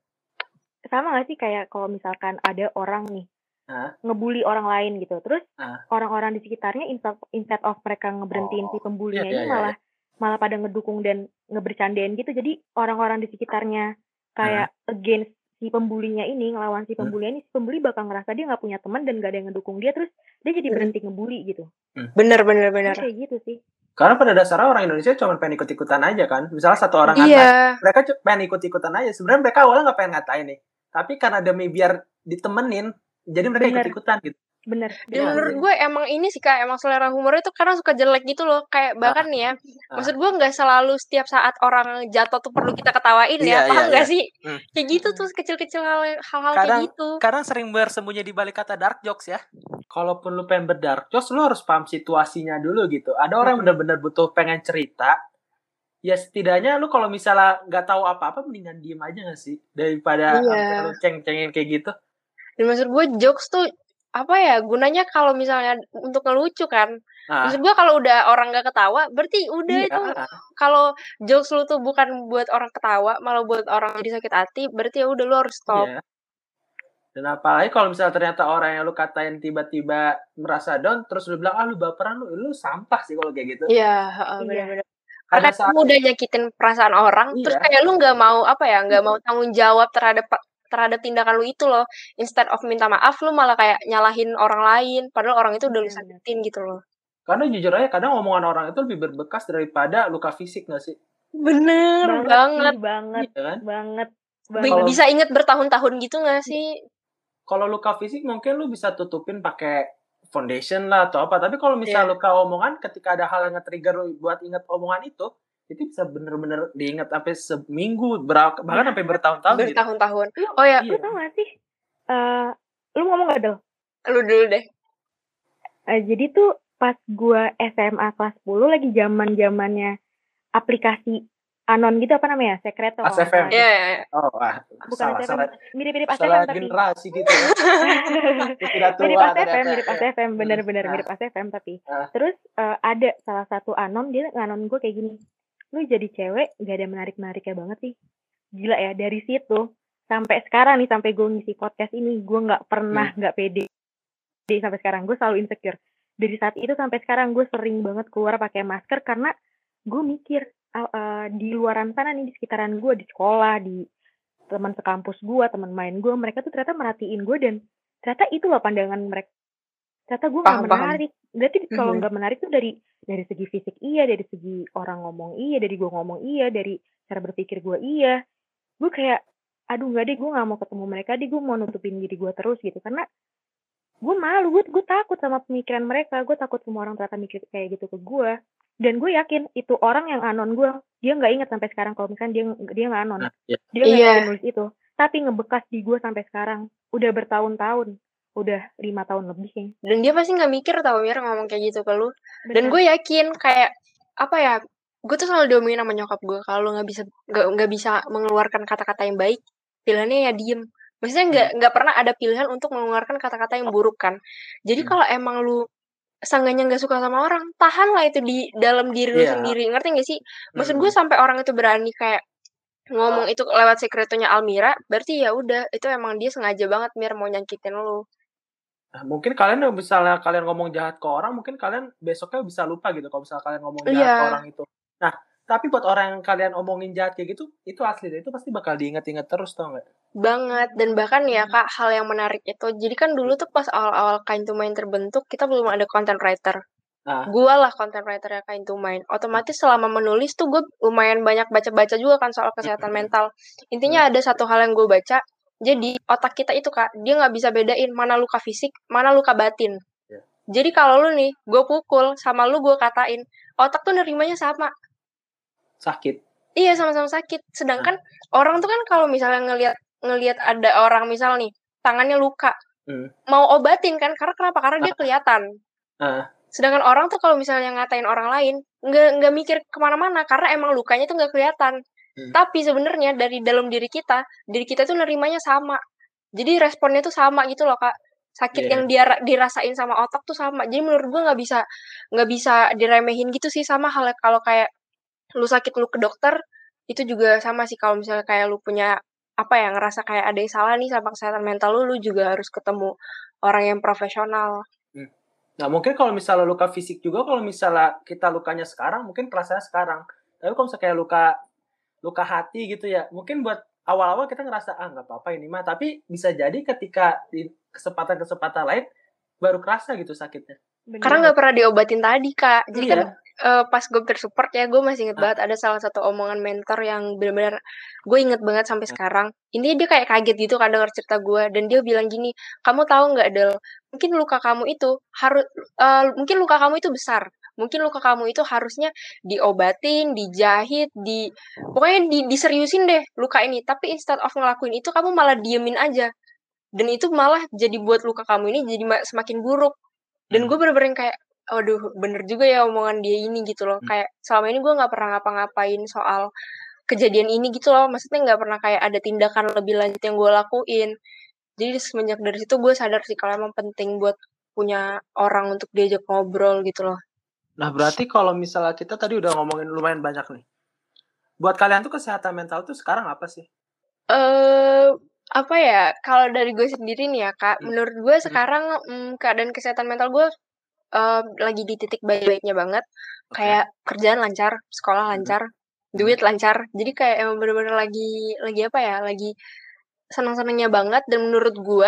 Sama nggak sih kayak kalau misalkan ada orang nih Huh? ngebully orang lain gitu, terus huh? orang-orang di sekitarnya instead of mereka ngeberhentiin oh, si pembulinya iya, ini iya, malah iya. malah pada ngedukung dan ngebercandain gitu, jadi orang-orang di sekitarnya kayak huh? against si pembulinya ini, ngelawan si pembulinya ini, si pembuli bakal ngerasa dia nggak punya teman dan nggak ada yang ngedukung dia, terus dia jadi berhenti ngebully gitu. Bener bener bener. Kayak gitu sih. Karena pada dasarnya orang Indonesia cuma pengen ikut-ikutan aja kan, misalnya satu orang ngatain, mereka pengen ikut-ikutan aja. Sebenarnya mereka awalnya nggak pengen ngatain nih, tapi karena demi biar ditemenin. Jadi mereka bener. ikut-ikutan gitu. Bener. Dan ya, menurut gue emang ini sih Kak, emang selera humor itu kadang suka jelek gitu loh. Kayak bahkan ah, nih ya, ah. maksud gue gak selalu setiap saat orang jatuh tuh perlu kita ketawain ya. Iya, Paham iya, gak iya. sih? Hmm. Kayak gitu tuh, kecil-kecil hal-hal kadang, kayak gitu. Kadang sering bersembunyi di balik kata dark jokes ya. Kalaupun lu pengen berdark jokes, lu harus paham situasinya dulu gitu. Ada orang yang benar-benar butuh pengen cerita. Ya setidaknya lu kalau misalnya gak tahu apa-apa, mendingan diem aja gak sih? Daripada iya. lu ceng-cengin kayak gitu. Dan maksud gue jokes tuh apa ya gunanya kalau misalnya untuk ngelucu kan ah. maksud gue kalau udah orang gak ketawa berarti udah iya. itu kalau jokes lu tuh bukan buat orang ketawa malah buat orang jadi sakit hati berarti ya udah lu harus stop. Iya. Dan apalagi kalau misalnya ternyata orang yang lu katain tiba-tiba merasa down terus lu bilang ah lu baperan lu lu sampah sih kalau kayak gitu. Iya uh, benar-benar karena saat... kamu udah nyakitin perasaan orang iya. terus kayak lu nggak mau apa ya nggak mau tanggung jawab terhadap terhadap tindakan lu itu loh, instead of minta maaf lu malah kayak nyalahin orang lain padahal orang itu udah lu sakitin gitu loh. Karena jujur aja kadang omongan orang itu lebih berbekas daripada luka fisik gak sih? Bener banget banget banget iya kan? banget, banget. Kalo, bisa inget bertahun-tahun gitu gak sih? Kalau luka fisik mungkin lu bisa tutupin pakai foundation lah atau apa, tapi kalau misalnya yeah. luka omongan ketika ada hal yang nge-trigger lu buat inget omongan itu itu bisa bener-bener diingat sampai seminggu, ber- bahkan ya, sampai bertahun-tahun. Bertahun-tahun. Gitu. Oh ya, lu tau gak sih? Uh, lu ngomong gak Del? Lu dulu deh. Uh, jadi tuh pas gue S M A kelas sepuluh lagi zaman-zamannya aplikasi anon gitu apa namanya? Secreto. A S F M. Iya, iya, iya. Oh, ah, bukan salah, A S F M. salah. Mirip-mirip A S F M salah tapi. generasi gitu ya. Tidak tua. Mirip A S F M, mirip A S F M, bener-bener mirip A S F M tapi. Uh. Terus uh, ada salah satu anon, dia nganon gue kayak gini. Lu jadi cewek gak ada menarik-menariknya banget sih. Gila ya, dari situ sampai sekarang nih, sampai gue ngisi podcast ini, gue gak pernah hmm. gak pede. Jadi sampai sekarang gue selalu insecure. Dari saat itu sampai sekarang gue sering banget keluar pakai masker karena gue mikir uh, uh, di luaran sana nih, di sekitaran gue, di sekolah, di teman sekampus gue, teman main gue, mereka tuh ternyata merhatiin gue dan ternyata itu loh pandangan mereka. Ternyata gue gak menarik. Berarti mm-hmm. kalau gak menarik tuh dari dari segi fisik iya, dari segi orang ngomong iya, dari gue ngomong iya, dari cara berpikir gue iya. Gue kayak, aduh gak deh, gue gak mau ketemu mereka deh, gue mau nutupin diri gue terus gitu. Karena gue malu, gue, gue takut sama pemikiran mereka, gue takut semua orang ternyata mikir kayak gitu ke gue. Dan gue yakin itu orang yang anon gue, dia gak ingat sampai sekarang kalau misalnya dia, dia gak anon. Nah, yeah. Dia gak yeah. nulis itu. Tapi ngebekas di gue sampai sekarang. Udah bertahun-tahun. Udah lima tahun lebih kayaknya. Dan dia pasti gak mikir tau Mir ngomong kayak gitu ke lu. Bener. Dan gue yakin kayak apa ya, gue tuh selalu diomongin sama nyokap gue kalau lu gak bisa gak, gak bisa mengeluarkan kata-kata yang baik, pilihannya ya diem. Maksudnya nggak Hmm. nggak pernah ada pilihan untuk mengeluarkan kata-kata yang buruk kan. Jadi Hmm. kalau emang lu seenggaknya nggak suka sama orang, tahan lah itu di dalam diri lu Iya. sendiri. Ngerti nggak sih? Maksud gue Hmm. sampai orang itu berani kayak ngomong itu lewat sekretonya Almira, berarti ya udah itu emang dia sengaja banget Mir mau nyakitin lu. Nah, mungkin kalian misalnya kalian ngomong jahat ke orang, mungkin kalian besoknya bisa lupa gitu kalau misalnya kalian ngomong jahat ke Iya. orang itu. Nah, tapi buat orang yang kalian omongin jahat kayak gitu, itu asli deh, itu pasti bakal diinget-inget terus, tau nggak? Banget, dan bahkan ya Kak, hal yang menarik itu, jadi kan dulu tuh pas awal-awal Kind to Mind terbentuk, kita belum ada content writer. Nah, Gua lah content writer-nya Kind to Mind. Otomatis selama menulis tuh gue lumayan banyak baca-baca juga kan soal kesehatan mental. Intinya ada satu hal yang gue baca, jadi otak kita itu Kak, dia nggak bisa bedain mana luka fisik, mana luka batin. Iya. Jadi kalau lu nih, gue pukul, sama lu gue katain, otak tuh nerimanya sama. sakit. Iya, sama-sama sakit. Sedangkan orang tuh kan kalau misalnya ngelihat ngelihat ada orang misal nih, tangannya luka, Hmm. mau obatin kan, karena kenapa? Karena dia kelihatan. Ah. Sedangkan orang tuh kalau misalnya ngatain orang lain, nggak nggak mikir kemana-mana, karena emang lukanya tuh nggak kelihatan. Hmm. Tapi sebenarnya dari dalam diri kita, diri kita tuh nerimanya sama. Jadi responnya tuh sama gitu loh Kak. Sakit Iya. yang dia dirasain sama otak tuh sama. Jadi menurut gue nggak bisa nggak bisa diremehin gitu sih, sama halnya kalau kayak lu sakit lu ke dokter, itu juga sama sih kalau misalnya kayak lu punya apa ya, ngerasa kayak ada yang salah nih sama kesehatan mental lu, lu juga harus ketemu orang yang profesional. Hmm. Nah, mungkin kalau misalnya luka fisik juga, kalau misalnya kita lukanya sekarang, mungkin perasaannya sekarang. Tapi kalau misalnya kayak luka luka hati gitu ya, mungkin buat awal-awal kita ngerasa, ah nggak apa-apa ini mah. Tapi bisa jadi ketika di kesempatan-kesempatan lain, baru kerasa gitu sakitnya. Karena nggak pernah diobatin tadi Kak. Jadi kan Iya. uh, pas gue bersupport ya, gue masih inget Ah. banget ada salah satu omongan mentor yang benar-benar gue inget banget sampai Ah. sekarang. Ini dia kayak kaget gitu kan denger cerita gue, dan dia bilang gini, kamu tahu nggak Del, mungkin luka kamu itu harus uh, mungkin luka kamu itu besar, mungkin luka kamu itu harusnya diobatin, dijahit, di pokoknya di, diseriusin deh luka ini. Tapi instead of ngelakuin itu, kamu malah diemin aja, dan itu malah jadi buat luka kamu ini jadi ma- semakin buruk. Dan gue bener-bener kayak, waduh bener juga ya omongan dia ini gitu loh. Hmm. Kayak selama ini gue gak pernah ngapa-ngapain soal kejadian ini gitu loh. Maksudnya gak pernah kayak ada tindakan lebih lanjut yang gue lakuin. Jadi semenjak dari situ gue sadar sih kalau emang penting buat punya orang untuk diajak ngobrol gitu loh. Nah, berarti kalau misalnya kita tadi udah ngomongin lumayan banyak nih. Buat kalian tuh kesehatan mental tuh sekarang apa sih? Eh uh, apa ya, kalau dari gue sendiri nih ya Kak, Hmm. menurut gue Hmm. sekarang mm, keadaan kesehatan mental gue uh, lagi di titik baik-baiknya banget. Oke. Kayak kerjaan lancar, sekolah Hmm. lancar, Hmm. duit lancar. Jadi kayak emang bener-bener lagi lagi apa ya, lagi senang-senangnya banget. Dan menurut gue,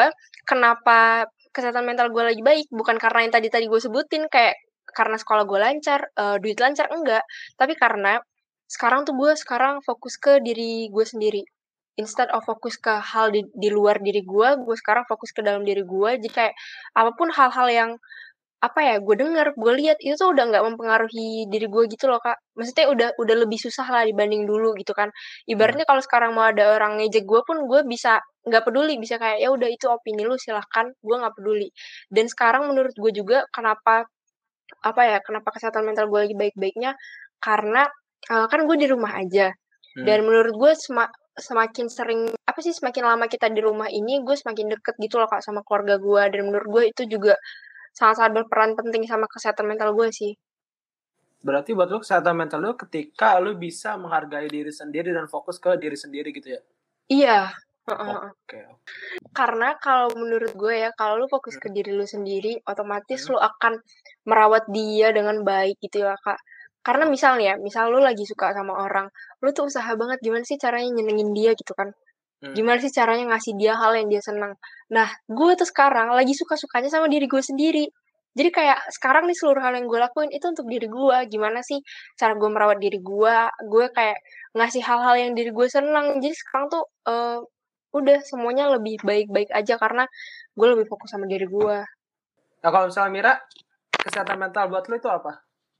kenapa kesehatan mental gue lagi baik, bukan karena yang tadi-tadi gue sebutin, kayak karena sekolah gue lancar, uh, duit lancar, enggak. Tapi karena sekarang tuh gue sekarang fokus ke diri gue sendiri. Instead of fokus ke hal di, di luar diri gue, gue sekarang fokus ke dalam diri gue. Jadi kayak apapun hal-hal yang apa ya, gue denger, gue lihat itu tuh udah nggak mempengaruhi diri gue gitu loh Kak. Maksudnya udah udah lebih susah lah dibanding dulu gitu kan. Ibaratnya kalau sekarang mau ada orang ngejek gue pun, gue bisa nggak peduli, bisa kayak ya udah itu opini lu silahkan, gue nggak peduli. Dan sekarang menurut gue juga kenapa apa ya, kenapa kesehatan mental gue lagi baik-baiknya, karena uh, kan gue di rumah aja. Dan menurut gue sema- semakin sering apa sih, semakin lama kita di rumah ini, gue semakin deket gitu loh Kak sama keluarga gue. Dan menurut gue itu juga sangat-sangat berperan penting sama kesehatan mental gue sih. Berarti buat lu kesehatan mental lu ketika lu bisa menghargai diri sendiri dan fokus ke diri sendiri gitu ya? Iya. Oke. Okay. Karena kalau menurut gue ya, kalau lu fokus ke diri lu sendiri, otomatis lu akan merawat dia dengan baik gitu ya Kak. Karena misalnya, misal lu lagi suka sama orang, lu tuh usaha banget gimana sih caranya nyenengin dia gitu kan. Gimana sih caranya ngasih dia hal yang dia senang. Nah, gue tuh sekarang lagi suka-sukanya sama diri gue sendiri. Jadi kayak sekarang nih seluruh hal yang gue lakuin itu untuk diri gue. Gimana sih cara gue merawat diri gue. Gue kayak ngasih hal-hal yang diri gue senang. Jadi sekarang tuh uh, udah semuanya lebih baik-baik aja karena gue lebih fokus sama diri gue. Nah, kalau misalnya Mira, kesehatan mental buat lu itu apa?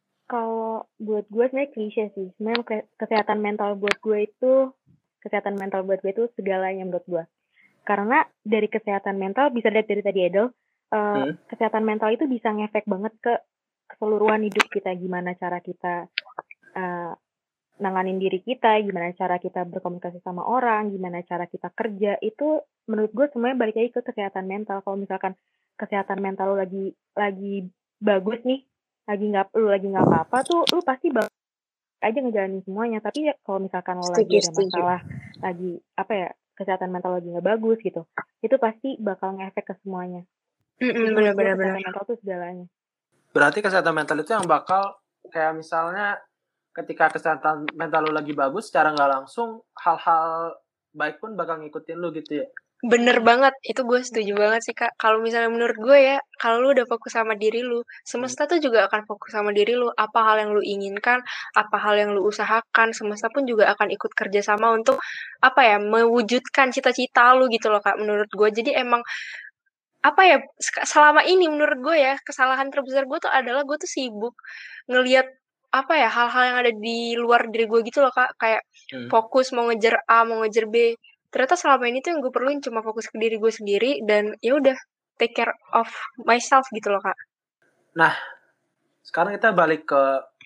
Kalau buat gue sebenarnya klise sih. Sebenarnya kesehatan mental buat gue itu kesehatan mental buat gue itu segalanya menurut gue. Karena dari kesehatan mental, bisa lihat dari tadi Edel, uh, hmm. kesehatan mental itu bisa ngefek banget ke keseluruhan hidup kita. Gimana cara kita uh, nanganin diri kita, gimana cara kita berkomunikasi sama orang, gimana cara kita kerja, itu menurut gue semuanya balik lagi ke kesehatan mental. Kalau misalkan kesehatan mental lu lagi lagi bagus nih, lagi nggak lu lagi nggak apa-apa tuh, lu pasti bakal aja ngejalanin semuanya. Tapi ya kalau misalkan lo lagi Setuju, ada setuju. masalah, lagi apa ya, kesehatan mental lagi nggak bagus gitu, itu pasti bakal ngefek ke semuanya. Mm-mm, Jadi menurut gue benar-benar kesehatan benar. mental tuh segalanya. Berarti kesehatan mental itu yang bakal kayak misalnya ketika kesehatan mental lu lagi bagus, secara nggak langsung hal-hal baik pun bakal ngikutin lu gitu ya. Bener banget, itu gue setuju banget sih Kak. Kalau misalnya menurut gue ya, kalau lu udah fokus sama diri lu, semesta tuh juga akan fokus sama diri lu. Apa hal yang lu inginkan, apa hal yang lu usahakan, semesta pun juga akan ikut kerja sama untuk apa ya, mewujudkan cita-cita lu gitu loh Kak. Menurut gue, jadi emang apa ya, sek- selama ini menurut gue ya, kesalahan terbesar gue tuh adalah gue tuh sibuk ngelihat apa ya, hal-hal yang ada di luar diri gue gitu loh Kak. Kayak Hmm. fokus mau ngejar A, mau ngejar B. Ternyata selama ini tuh yang gue perluin cuma fokus ke diri gue sendiri dan ya udah take care of myself gitu loh Kak. Nah, sekarang kita balik ke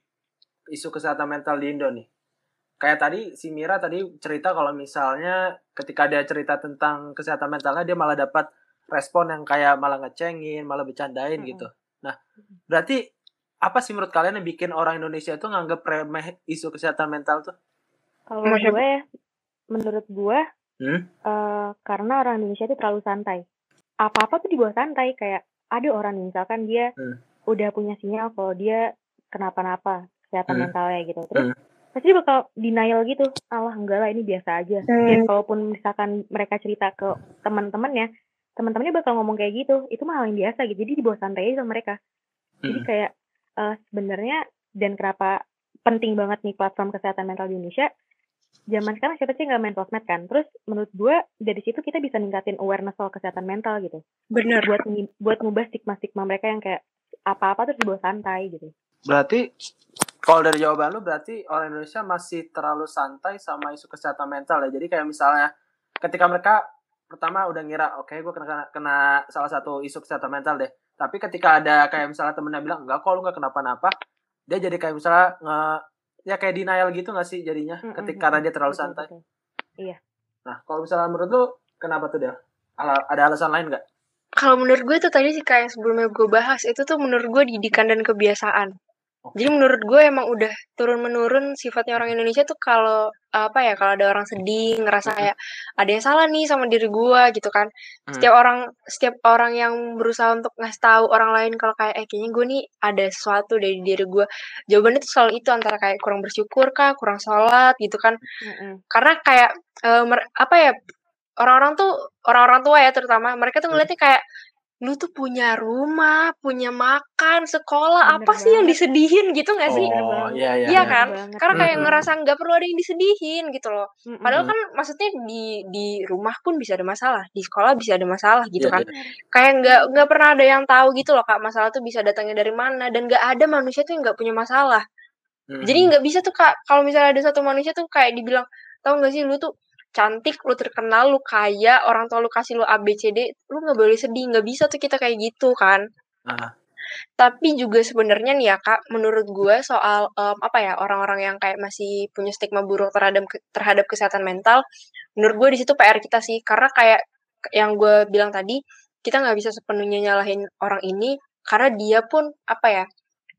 isu kesehatan mental di Indo nih. Kayak tadi si Mira tadi cerita kalau misalnya ketika dia cerita tentang kesehatan mentalnya dia malah dapat respon yang kayak malah ngecengin, malah bercandain Mm-mm. gitu. Nah, berarti apa sih menurut kalian yang bikin orang Indonesia itu nganggap remeh isu kesehatan mental tuh? Kalau Masya- gue ya, menurut gue Hmm? eh, karena orang Indonesia itu terlalu santai. Apa-apa tuh dibawa santai. Kayak ada orang nih, misalkan dia Hmm. udah punya sinyal kalau dia kenapa-napa kesehatan Hmm. mentalnya gitu. Terus Hmm. pasti dia bakal denial gitu. Alah enggak lah, ini biasa aja. Dan kalaupun misalkan mereka cerita ke teman-temannya, teman-temannya bakal ngomong kayak gitu. Itu mah hal yang biasa gitu. Jadi dibawa santai aja sama mereka. Jadi Hmm. kayak eh, sebenarnya, dan kenapa penting banget nih platform kesehatan mental di Indonesia, zaman sekarang siapa sih nggak main sosmed kan? Terus menurut gue dari situ kita bisa ningkatin awareness soal kesehatan mental gitu. Bener. Buat ngi- buat ngubah stigma-stigma mereka yang kayak apa-apa terus dibawa santai gitu. Berarti kalau dari jawaban lu berarti orang Indonesia masih terlalu santai sama isu kesehatan mental ya. Jadi kayak misalnya ketika mereka pertama udah ngira oke okay, gue kena kena salah satu isu kesehatan mental deh. Tapi ketika ada kayak misalnya temennya bilang enggak kok lu nggak kenapa-napa, dia jadi kayak misalnya nge ya kayak denial gitu nggak sih jadinya Mm-mm, ketika mm-mm. dia terlalu Betul, santai. betul. Iya. Nah kalau misalnya menurut lu kenapa tuh dia? Ada alasan lain nggak? Kalau menurut gue itu tadi sih kayak yang sebelumnya gue bahas, itu tuh menurut gue didikan dan kebiasaan. Oke. Jadi menurut gue emang udah turun-menurun sifatnya orang Indonesia tuh kalau apa ya, kalau ada orang sedih ngerasa kayak ada yang salah nih sama diri gue gitu kan. Setiap orang setiap orang yang berusaha untuk ngasih tahu orang lain kalau kayak eh kayaknya gue nih ada sesuatu dari diri gue. Jawabannya tuh selalu itu, antara kayak kurang bersyukur kah, kurang sholat gitu kan. Mm-mm. Karena kayak eh, mer- apa ya, orang-orang tuh orang-orang tua ya terutama, mereka tuh ngeliatnya kayak lu tuh punya rumah, punya makan, sekolah, Bener apa sih yang banget. disedihin gitu nggak sih? Bener Oh banget. iya iya. Iya iya. kan? banget. Karena kayak Mm-mm. ngerasa nggak perlu ada yang disedihin gitu loh. Mm-mm. Padahal kan maksudnya di di rumah pun bisa ada masalah, di sekolah bisa ada masalah gitu Iya, kan. iya. Kayak nggak nggak pernah ada yang tahu gitu loh Kak, masalah tuh bisa datangnya dari mana, dan nggak ada manusia tuh yang nggak punya masalah. Mm-mm. Jadi nggak bisa tuh Kak, kalau misalnya ada satu manusia tuh kayak dibilang, tahu nggak sih lu tuh cantik, lu terkenal, lu kaya, orang tua lu kasih lu A B C D, lu nggak boleh sedih, nggak bisa tuh kita kayak gitu kan. Ah. Tapi juga sebenarnya nih ya Kak, menurut gue soal um, apa ya, orang-orang yang kayak masih punya stigma buruk terhadap terhadap kesehatan mental, menurut gue di situ P R kita sih, karena kayak yang gue bilang tadi, kita nggak bisa sepenuhnya nyalahin orang ini karena dia pun apa ya,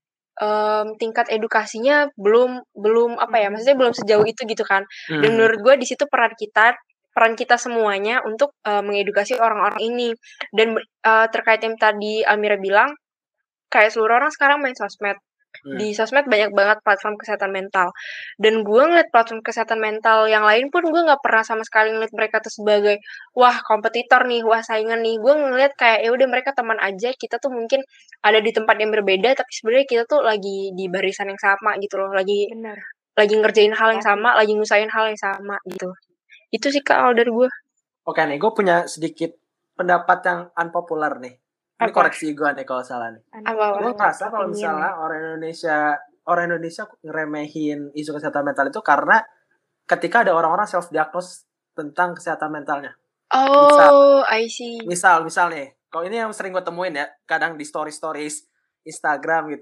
um, tingkat edukasinya belum belum apa ya, Mm-mm. maksudnya belum sejauh itu gitu kan. Dan Mm. menurut gue di situ peran kita peran kita semuanya untuk uh, mengedukasi orang-orang ini. Dan uh, terkait yang tadi Almira bilang, kayak seluruh orang sekarang main sosmed. Hmm. Di sosmed banyak banget platform kesehatan mental. Dan gue ngeliat platform kesehatan mental yang lain pun gue gak pernah sama sekali ngeliat mereka tuh sebagai wah kompetitor nih, wah saingan nih. Gue ngeliat kayak ya udah mereka teman aja. Kita tuh mungkin ada di tempat yang berbeda, tapi sebenarnya kita tuh lagi di barisan yang sama gitu loh. Lagi Bener. lagi ngerjain hal yang Pasti. sama, lagi ngusahain hal yang sama gitu. Itu sih Kak kalau dari gue. Oke nih, gue punya sedikit pendapat yang unpopular nih. Ini Apa? koreksi gue nih kalau salah nih. Apa-apa. Gue ngerasa kalau Opinion misalnya orang Indonesia orang Indonesia ngeremehin isu kesehatan mental itu karena ketika ada orang-orang self diagnose tentang kesehatan mentalnya. Oh, I see. Misal, misal nih, kalau ini yang sering gue temuin ya, kadang di story stories Instagram gitu.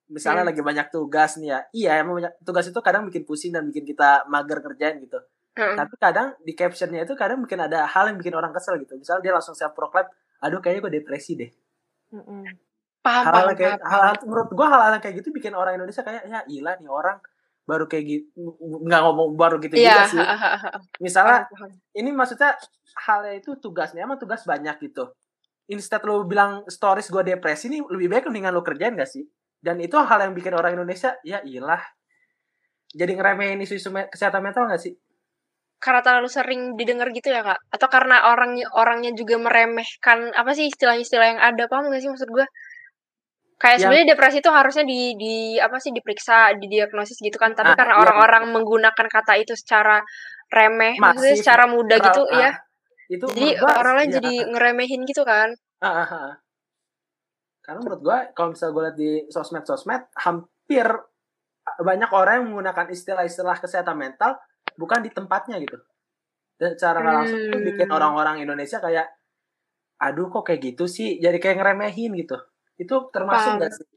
misalnya Hmm. lagi banyak tugas nih ya. Iya, emang banyak tugas itu kadang bikin pusing dan bikin kita mager kerjain gitu. Heeh. Tapi kadang di captionnya itu kadang mungkin ada hal yang bikin orang kesel gitu. Misalnya dia langsung self proclaim, aduh kayaknya gue depresi deh. Mm-mm. Paham, Hal-hal paham, kayak paham. hal-hal menurut gue hal-hal kayak gitu bikin orang Indonesia kayak ya ilah nih orang baru kayak gitu, nggak ngomong baru gitu Iya, juga sih. ha, ha, ha. Misalnya Paham, paham. ini maksudnya halnya itu tugasnya emang tugas banyak gitu. Instead lu bilang stories gue depresi nih lebih baik mendingan lu kerjain gak sih? Dan itu hal yang bikin orang Indonesia ya ilah jadi ngeremehin isu-isu me- kesehatan mental gak sih? Karena terlalu sering didengar gitu ya, Kak? Atau karena orang orangnya juga meremehkan apa sih istilah-istilah yang ada, paham gak sih maksud gue? Kayak Yang sebenarnya depresi itu harusnya di di apa sih diperiksa, didiagnosis gitu kan. Tapi ah karena iya orang-orang menggunakan kata itu secara remeh, maksudnya masif secara mudah terlalu gitu, ah ya. itu Jadi menurut gua orang lain ya jadi ngeremehin gitu kan. ah, ah, ah. Karena menurut gua kalau misalnya gue lihat di sosmed-sosmed hampir banyak orang yang menggunakan istilah-istilah kesehatan mental bukan di tempatnya gitu. Dan secara nggak langsung itu bikin Hmm, orang-orang Indonesia kayak aduh kok kayak gitu sih, jadi kayak ngeremehin gitu. Itu termasuk paham. nggak sih?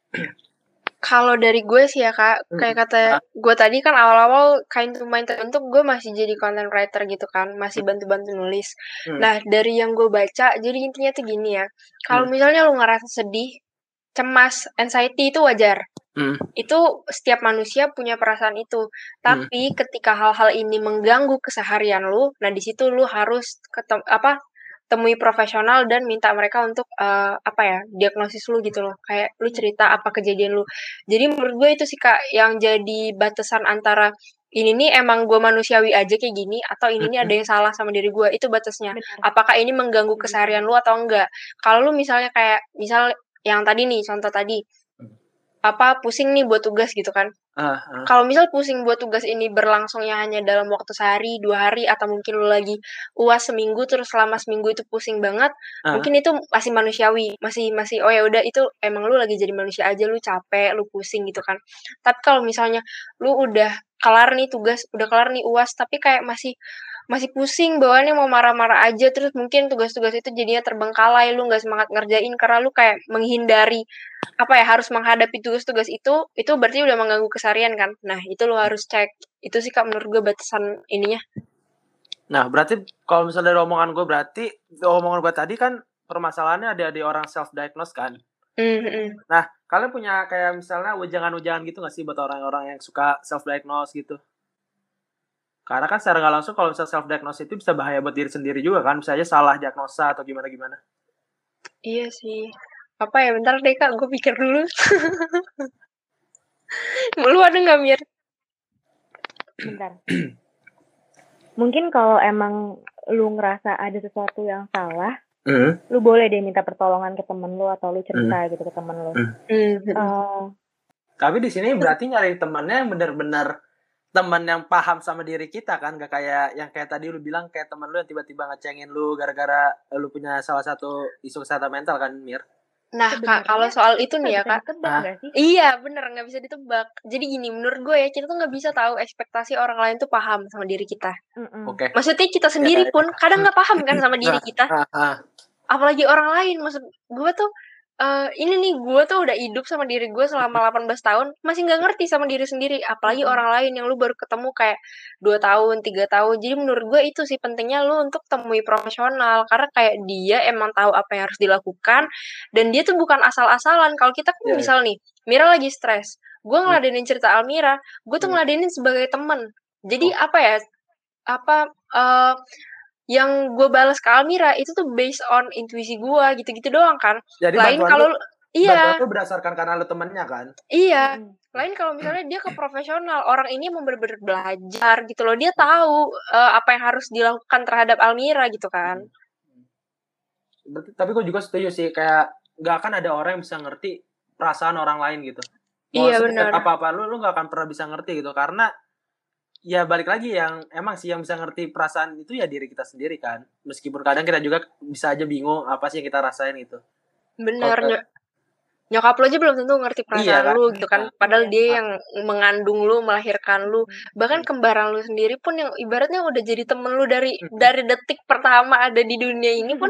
Kalau dari gue sih ya, Kak, kayak Hmm. kata Ah, gue tadi kan awal-awal Kind to Mind terbentuk, gue masih jadi content writer gitu kan, masih bantu-bantu nulis. hmm, Nah, dari yang gue baca, jadi intinya tuh gini ya, kalau hmm, misalnya lu ngerasa sedih, cemas, anxiety itu wajar. hmm, Itu setiap manusia punya perasaan itu. hmm. Tapi ketika hal-hal ini mengganggu keseharian lu, nah di situ lu harus ketem apa temui profesional dan minta mereka untuk eh, apa ya diagnosis lu gitu loh, kayak lu cerita apa kejadian lu. Jadi menurut gue itu sih Kak yang jadi batasan antara ini nih emang gue manusiawi aja kayak gini atau ini nih ada yang salah sama diri gue, itu batasnya. Benar. Apakah ini mengganggu keseharian lu atau enggak? Kalau lu misalnya kayak misal yang tadi nih contoh tadi apa pusing nih buat tugas gitu kan. Ah, ah, Kalau misal pusing buat tugas ini berlangsungnya hanya dalam waktu sehari, dua hari, atau mungkin lu lagi U A S seminggu, terus selama seminggu itu pusing banget, ah. mungkin itu masih manusiawi, masih masih oh ya udah itu emang lu lagi jadi manusia aja, lu capek, lu pusing gitu kan. Tapi kalau misalnya lu udah kelar nih tugas, udah kelar nih U A S, tapi kayak masih masih pusing bawaannya mau marah-marah aja, terus mungkin tugas-tugas itu jadinya terbengkalai, lu nggak semangat ngerjain karena lu kayak menghindari apa ya harus menghadapi tugas-tugas itu itu berarti udah mengganggu keseharian kan. Nah, itu lo harus cek. Itu sih Kak menurut gue batasan ininya. Nah, berarti kalau misalnya dari omongan gue berarti omongan gue tadi kan permasalahannya ada di orang self diagnose kan. Mm-hmm. Nah, kalian punya kayak misalnya ujangan-ujangan gitu nggak sih buat orang-orang yang suka self diagnose gitu? Karena kan secara nggak langsung kalau misalnya self diagnose itu bisa bahaya buat diri sendiri juga kan, bisa aja salah diagnosa atau gimana gimana. Iya sih. Apa ya bentar deh Kak, gue pikir dulu. Lu ada nggak Mir? Bentar. Mungkin kalau emang lu ngerasa ada sesuatu yang salah, Mm. lu boleh deh minta pertolongan ke temen lu atau lu cerita gitu ke temen lu. Mm. Mm-hmm. Uh, Tapi di sini berarti nyari temannya yang benar-benar teman yang paham sama diri kita kan, gak kayak yang kayak tadi lu bilang kayak teman lu yang tiba-tiba ngecengin lu gara-gara lu punya salah satu isu kesehatan mental kan, Mir? Nah Kak, kalau soal itu nih ya Kak, ditebak Ah. nggak sih? iya bener nggak bisa ditebak. Jadi gini, menurut gue ya kita tuh nggak bisa tahu ekspektasi orang lain tuh paham sama diri kita. Mm-mm. Oke. Maksudnya kita sendiri Ya, ya, pun ya. kadang nggak paham kan sama diri kita. Ah, ah. Apalagi orang lain. Maksud gue tuh eh ini nih gue tuh udah hidup sama diri gue selama delapan belas tahun masih nggak ngerti sama diri sendiri, apalagi Mm-mm. orang lain yang lu baru ketemu kayak dua tahun tiga tahun. Jadi menurut gue itu sih pentingnya lu untuk temui profesional karena kayak dia emang tahu apa yang harus dilakukan dan dia tuh bukan asal-asalan. Kalau kita kan Ya, misal nih Mira lagi stres, gue ngeladenin cerita Almira, gue tuh Hmm. ngeladenin sebagai temen. Jadi Oh. apa ya apa eh yang gue balas ke Almira itu tuh based on intuisi gue gitu-gitu doang kan. Jadi Lain bantuan kalau lu, iya bantuan lu berdasarkan karena lu temennya kan? iya Mm-mm. lain kalau misalnya dia ke profesional, orang ini emang bener-bener belajar gitu loh, dia tahu uh, apa yang harus dilakukan terhadap Almira gitu kan. Berarti, tapi gue juga setuju sih kayak nggak akan ada orang yang bisa ngerti perasaan orang lain gitu. Mau Iya sedekat benar. apa-apa lu, lu nggak akan pernah bisa ngerti gitu karena ya balik lagi yang emang sih yang bisa ngerti perasaan itu ya diri kita sendiri kan. Meskipun kadang kita juga bisa aja bingung apa sih yang kita rasain gitu. Bener. Kalau- Ny- nyokap lo aja belum tentu ngerti perasaan Iya kan? lu gitu kan, padahal Iya. dia yang mengandung lu, melahirkan lu, bahkan Hmm. kembaran lu sendiri pun yang ibaratnya udah jadi temen lu dari Hmm. dari detik pertama ada di dunia ini pun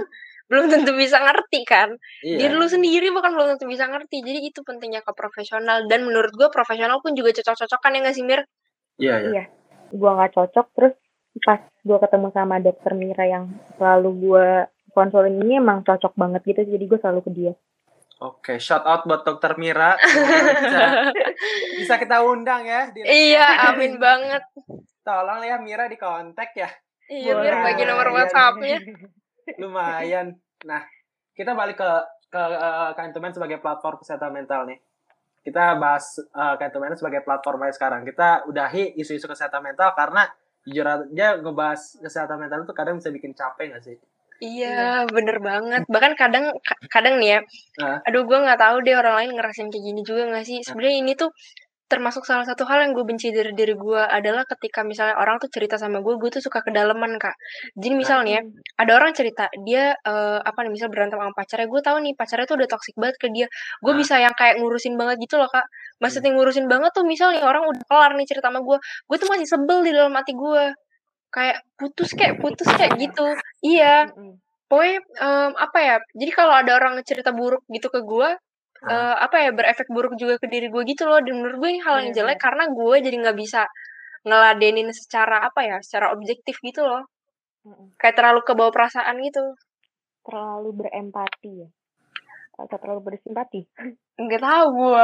belum tentu bisa ngerti kan. Iya. Diri lu sendiri bahkan belum tentu bisa ngerti. Jadi itu pentingnya ke profesional. Dan menurut gue profesional pun juga cocok-cocokan ya nggak sih, Mir? Iya, iya. Iya. Gue nggak cocok, terus pas gue ketemu sama dokter Mira yang selalu gue konsulin ini emang cocok banget gitu, jadi gue selalu ke dia. Oke, shout out buat dokter Mira. bisa, bisa kita undang ya. Di Iya, amin banget. Tolong ya Mira di kontak ya. Iya, Mir bagi nomor Lumayan. WhatsApp-nya. Lumayan. Nah, kita balik ke ke uh, Kind to Mind sebagai platform kesehatan mental nih. Kita bahas uh, Kind to Mind sebagai platform aja sekarang. Kita udahi isu-isu kesehatan mental karena jujur aja ngebahas kesehatan mental itu kadang bisa bikin capek gak sih? Iya, bener banget. Bahkan kadang kadang nih ya, uh. aduh gue nggak tahu deh orang lain ngerasain kayak gini juga nggak sih. Sebenarnya ini tuh termasuk salah satu hal yang gue benci dari diri gue adalah ketika misalnya orang tuh cerita sama gue, gue tuh suka kedalaman kak. Jadi misalnya ada orang cerita dia uh, apa nih misal berantem sama pacarnya, gue tahu nih pacarnya tuh udah toksik banget ke dia, gue bisa yang kayak ngurusin banget gitu loh kak. Maksudnya ngurusin banget tuh misalnya orang udah kelar nih cerita sama gue, gue tuh masih sebel di dalam hati gue. Kayak putus kayak putus kayak gitu. Iya. Pokoknya um, apa ya? Jadi kalau ada orang cerita buruk gitu ke gue, uh, apa ya berefek buruk juga ke diri gue gitu loh. Dan menurut gue ini hal yang jelek karena gue jadi nggak bisa ngeladenin secara apa ya? Secara objektif gitu loh. Kayak terlalu kebawa perasaan gitu. Terlalu berempati ya? Atau terlalu bersimpati? Nggak tahu gue.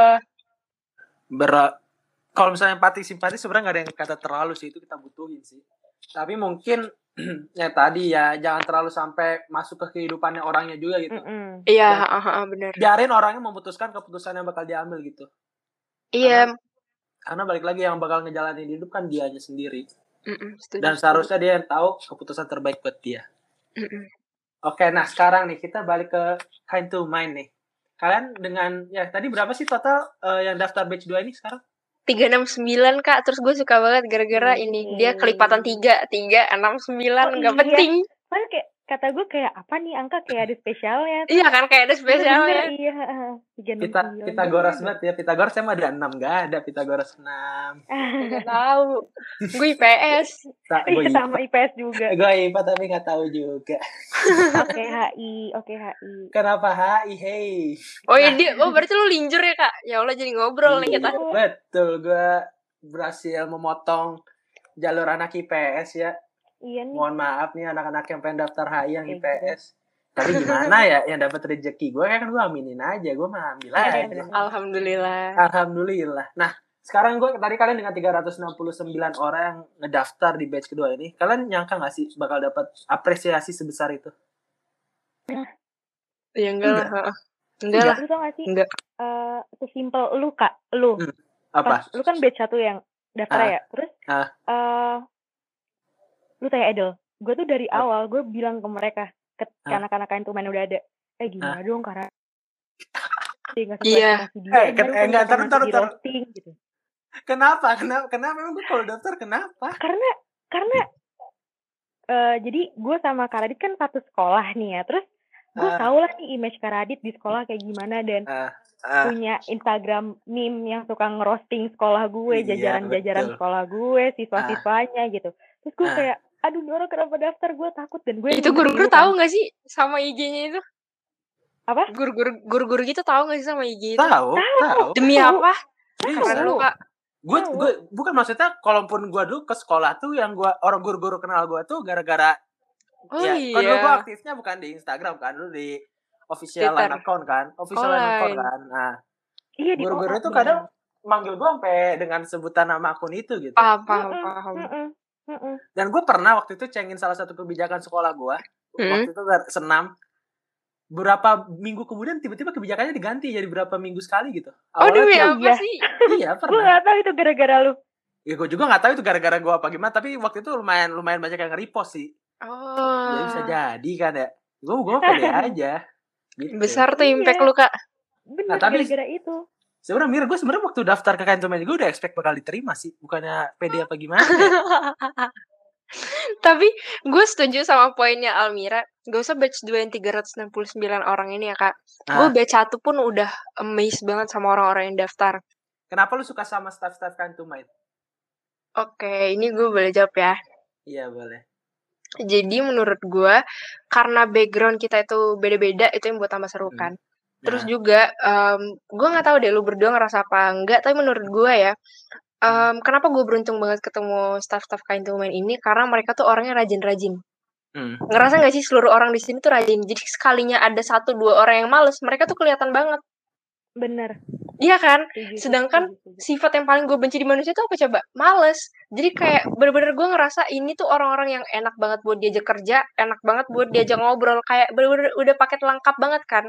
Ber kalau misalnya empati simpati sebenarnya nggak ada yang kata terlalu sih, itu kita butuhin sih. Tapi mungkin ya tadi ya jangan terlalu sampai masuk ke kehidupannya orangnya juga gitu. Iya, benar. Biarin orangnya memutuskan keputusan yang bakal diambil gitu. Iya. Karena, karena balik lagi yang bakal ngejalanin hidup kan dianya sendiri. Mm-mm, setuju, dan seharusnya setuju. Dia yang tahu keputusan terbaik buat dia. Mm-mm. Oke, nah sekarang nih kita balik ke Kind to Mind nih. Kalian dengan ya tadi berapa sih total uh, yang daftar batch dua ini sekarang? tiga enam sembilan kak, terus gue suka banget gara-gara hmm. ini dia kelipatan tiga tiga enam sembilan nggak iya. penting. Soalnya kayak kata gue kayak apa nih angka kayak ada spesialnya. Iya kan kayak ada spesialnya. Bener, iya. Kita kita goras banget ya, Pitagoras saya mah ada enam, nggak ada Pitagoras enam. Nggak tahu. Gue I P S. Ta- iya sama I P S juga. Gue I P A tapi nggak tahu juga. Oke H I, oke H I. Kenapa H I? Hey. Oh iya nah. dia, oh berarti lu linjur ya kak? Ya Allah jadi ngobrol nih kita. Betul, gue berhasil memotong jalur anak I P S ya. Iya nih. Mohon maaf nih anak-anak yang pengen daftar H I yang I P S. Tapi gimana ya yang dapat rezeki gue kan gue aminin aja, gue mah ambil aja. Alhamdulillah. Alhamdulillah. Nah, sekarang gue tadi kalian dengan tiga ratus enam puluh sembilan orang yang ngedaftar di batch kedua ini, kalian nyangka nggak sih bakal dapat apresiasi sebesar itu? Ya enggak lah. Enggak, enggak lah. Lu tau gak sih? Enggak. Uh, sesimpel lu kak, lu. Hmm. Apa? Pas, lu kan batch satu yang daftar ah. ya, terus. Ah. Uh, lu tanya Edel, gue tuh dari ah. awal gue bilang ke mereka, ke ah. anak-anak Kind to Mind udah ada, eh gimana ah. dong karena iya. Eh, kan enggak ntar ntar ntar. Gitu. Kenapa? Kenapa? Kenapa memang gue kalau daftar kenapa? Karena karena uh, jadi gue sama Karadit kan satu sekolah nih ya, terus gue uh, tau lah nih image Karadit di sekolah kayak gimana dan uh, uh, punya Instagram meme yang suka ngerosting sekolah gue, iya, jajaran-jajaran betul. Sekolah gue, siswa-siswanya uh, gitu. Terus gue uh, kayak, aduh ini orang kenapa daftar, gue takut dan gue itu guru-guru tahu nggak sih sama I G-nya itu? Apa? Guru-guru guru-guru gitu tahu nggak sih sama I G itu? Tahu, tahu. Demi apa? Karena lu kak. Gue gue bukan maksudnya kalaupun gue dulu ke sekolah tuh yang gue orang guru-guru kenal gue tuh gara-gara oh, ya iya. kan dulu gue aktifnya bukan di Instagram kan, dulu di official line account kan, official line account kan. Nah, iya, guru-guru itu kadang manggil gue sampai dengan sebutan nama akun itu gitu. Paham, paham, paham. Dan gue pernah waktu itu cengin salah satu kebijakan sekolah gue. Hmm? Waktu itu senam. Berapa minggu kemudian tiba-tiba kebijakannya diganti jadi berapa minggu sekali gitu. Awalnya oh demi apa sih? Iya pernah. Gue gak tahu itu gara-gara lu. Ya gue juga gak tahu itu gara-gara gue apa gimana. Tapi waktu itu lumayan lumayan banyak yang nge-repost sih. Oh. Jadi bisa jadi kan ya. Gue gue pede aja. Gitu. Besar tuh impact iya. lu kak. Bener nah, tapi gara-gara itu. Sebenarnya Mir, gue sebenarnya waktu daftar ke Kind to Mind gue udah expect bakal diterima sih. Bukannya pede apa gimana ya. Tapi gue setuju sama poinnya Almira. Gak usah batch dua yang tiga ratus enam puluh sembilan orang ini ya kak. Ah. Gue batch satu pun udah amazed banget sama orang-orang yang daftar. Kenapa lu suka sama staff-staff Kind to Mind? Oke, ini gue boleh jawab ya. Iya boleh. Jadi menurut gue, karena background kita itu beda-beda, itu yang buat tambah seru Hmm. kan. Terus Nah. juga, um, gue nggak tahu deh lu berdua ngerasa apa enggak, tapi menurut gue ya, um, kenapa gue beruntung banget ketemu staff-staff Kind to Mind ini, karena mereka tuh orangnya rajin-rajin. Hmm. Ngerasa nggak sih seluruh orang di sini tuh rajin? Jadi sekalinya ada satu dua orang yang males, mereka tuh kelihatan banget. Bener. Iya kan? Setuju, Sedangkan setuju, setuju. sifat yang paling gue benci di manusia itu apa coba? Males. Jadi kayak bener-bener gue ngerasa ini tuh orang-orang yang enak banget buat diajak kerja, enak banget buat diajak ngobrol, kayak bener-bener udah paket lengkap banget kan.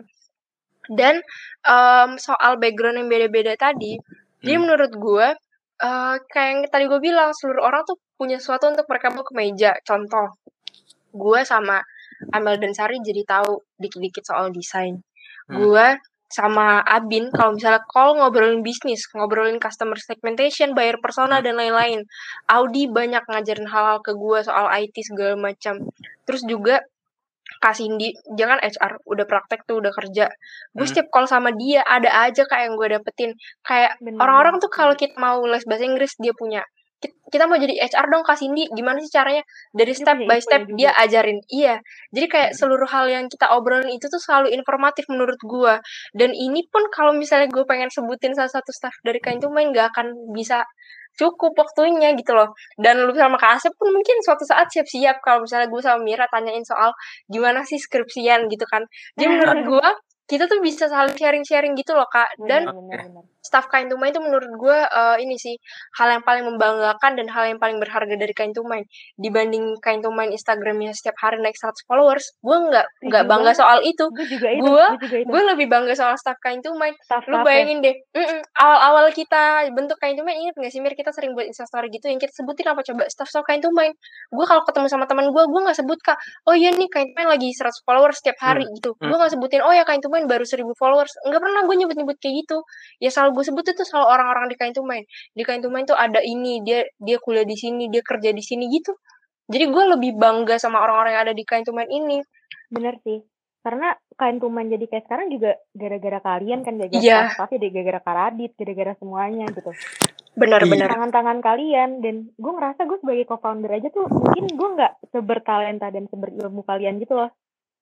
Dan um, soal background yang beda-beda tadi, jadi Hmm. menurut gue, uh, kayak yang tadi gue bilang, seluruh orang tuh punya sesuatu untuk mereka bawa ke meja. Contoh, gue sama Amel dan Sari jadi tahu dikit-dikit soal desain. Hmm. Gue sama Abin kalau misalnya call ngobrolin bisnis, ngobrolin customer segmentation, buyer persona, Hmm. dan lain-lain. Audi banyak ngajarin hal-hal ke gue soal I T segala macam. Terus juga Kak Cindy, jangan H R, udah praktek tuh, udah kerja. Gue Hmm. setiap call sama dia, ada aja kayak yang gue dapetin. Kayak Bener, orang-orang bener, tuh kalau setuju. kita mau les bahasa Inggris, dia punya. Kit- Kita mau jadi H R dong Kak Cindy, gimana sih caranya? Dari Dia step punya by infonya step dia juga. ajarin. Iya, jadi kayak Hmm. seluruh hal yang kita obrolin itu tuh selalu informatif menurut gue. Dan ini pun kalau misalnya gue pengen sebutin salah satu staff dari Kind to Mind, gak akan bisa cukup waktunya gitu loh. Dan lu sama Kak Asep pun mungkin suatu saat siap-siap kalau misalnya gue sama Mira tanyain soal gimana sih skripsian gitu kan. Jadi menurut gue kita tuh bisa saling sharing-sharing gitu loh Kak. Dan Bener, bener, bener. staff Kind to Mind itu menurut gue uh, ini sih hal yang paling membanggakan dan hal yang paling berharga dari Kind to Mind. Dibanding Kind to Mind Instagramnya setiap hari naik seratus followers, gue nggak nggak Setuju bangga banget. soal itu. Gue juga itu, Gue gue juga itu. gue lebih bangga soal staff Kind to Mind. Lu Staff-staff ya. bayangin deh, mm-mm, awal-awal kita bentuk Kind to Mind, inget gak sih Mir, kita sering buat instastory gitu yang kita sebutin apa coba? Staff-staff Kind to Mind. Gue kalau ketemu sama teman gue, gue gak sebut Kak, oh iya nih Kind to Mind lagi seratus followers setiap hari Hmm. gitu. Hmm. Gue gak sebutin, oh ya Kind to Mind baru seribu followers. Enggak pernah gue nyebut-nyebut kayak gitu. Ya selalu gue sebut itu selalu orang-orang di Kind to Mind. Di Kind to Mind tuh ada ini, dia dia kuliah di sini, dia kerja di sini gitu. Jadi gue lebih bangga sama orang-orang yang ada di Kind to Mind ini. Bener sih. Karena Kind to Mind jadi kayak sekarang juga gara-gara kalian kan, gara-gara Iya. staff-staffnya, gara-gara Karadit, gara-gara semuanya gitu. Benar-benar. Tangan-tangan kalian. Dan gue ngerasa gue sebagai co-founder aja tuh mungkin gue gak sebertalenta dan seberilmu kalian gitu loh.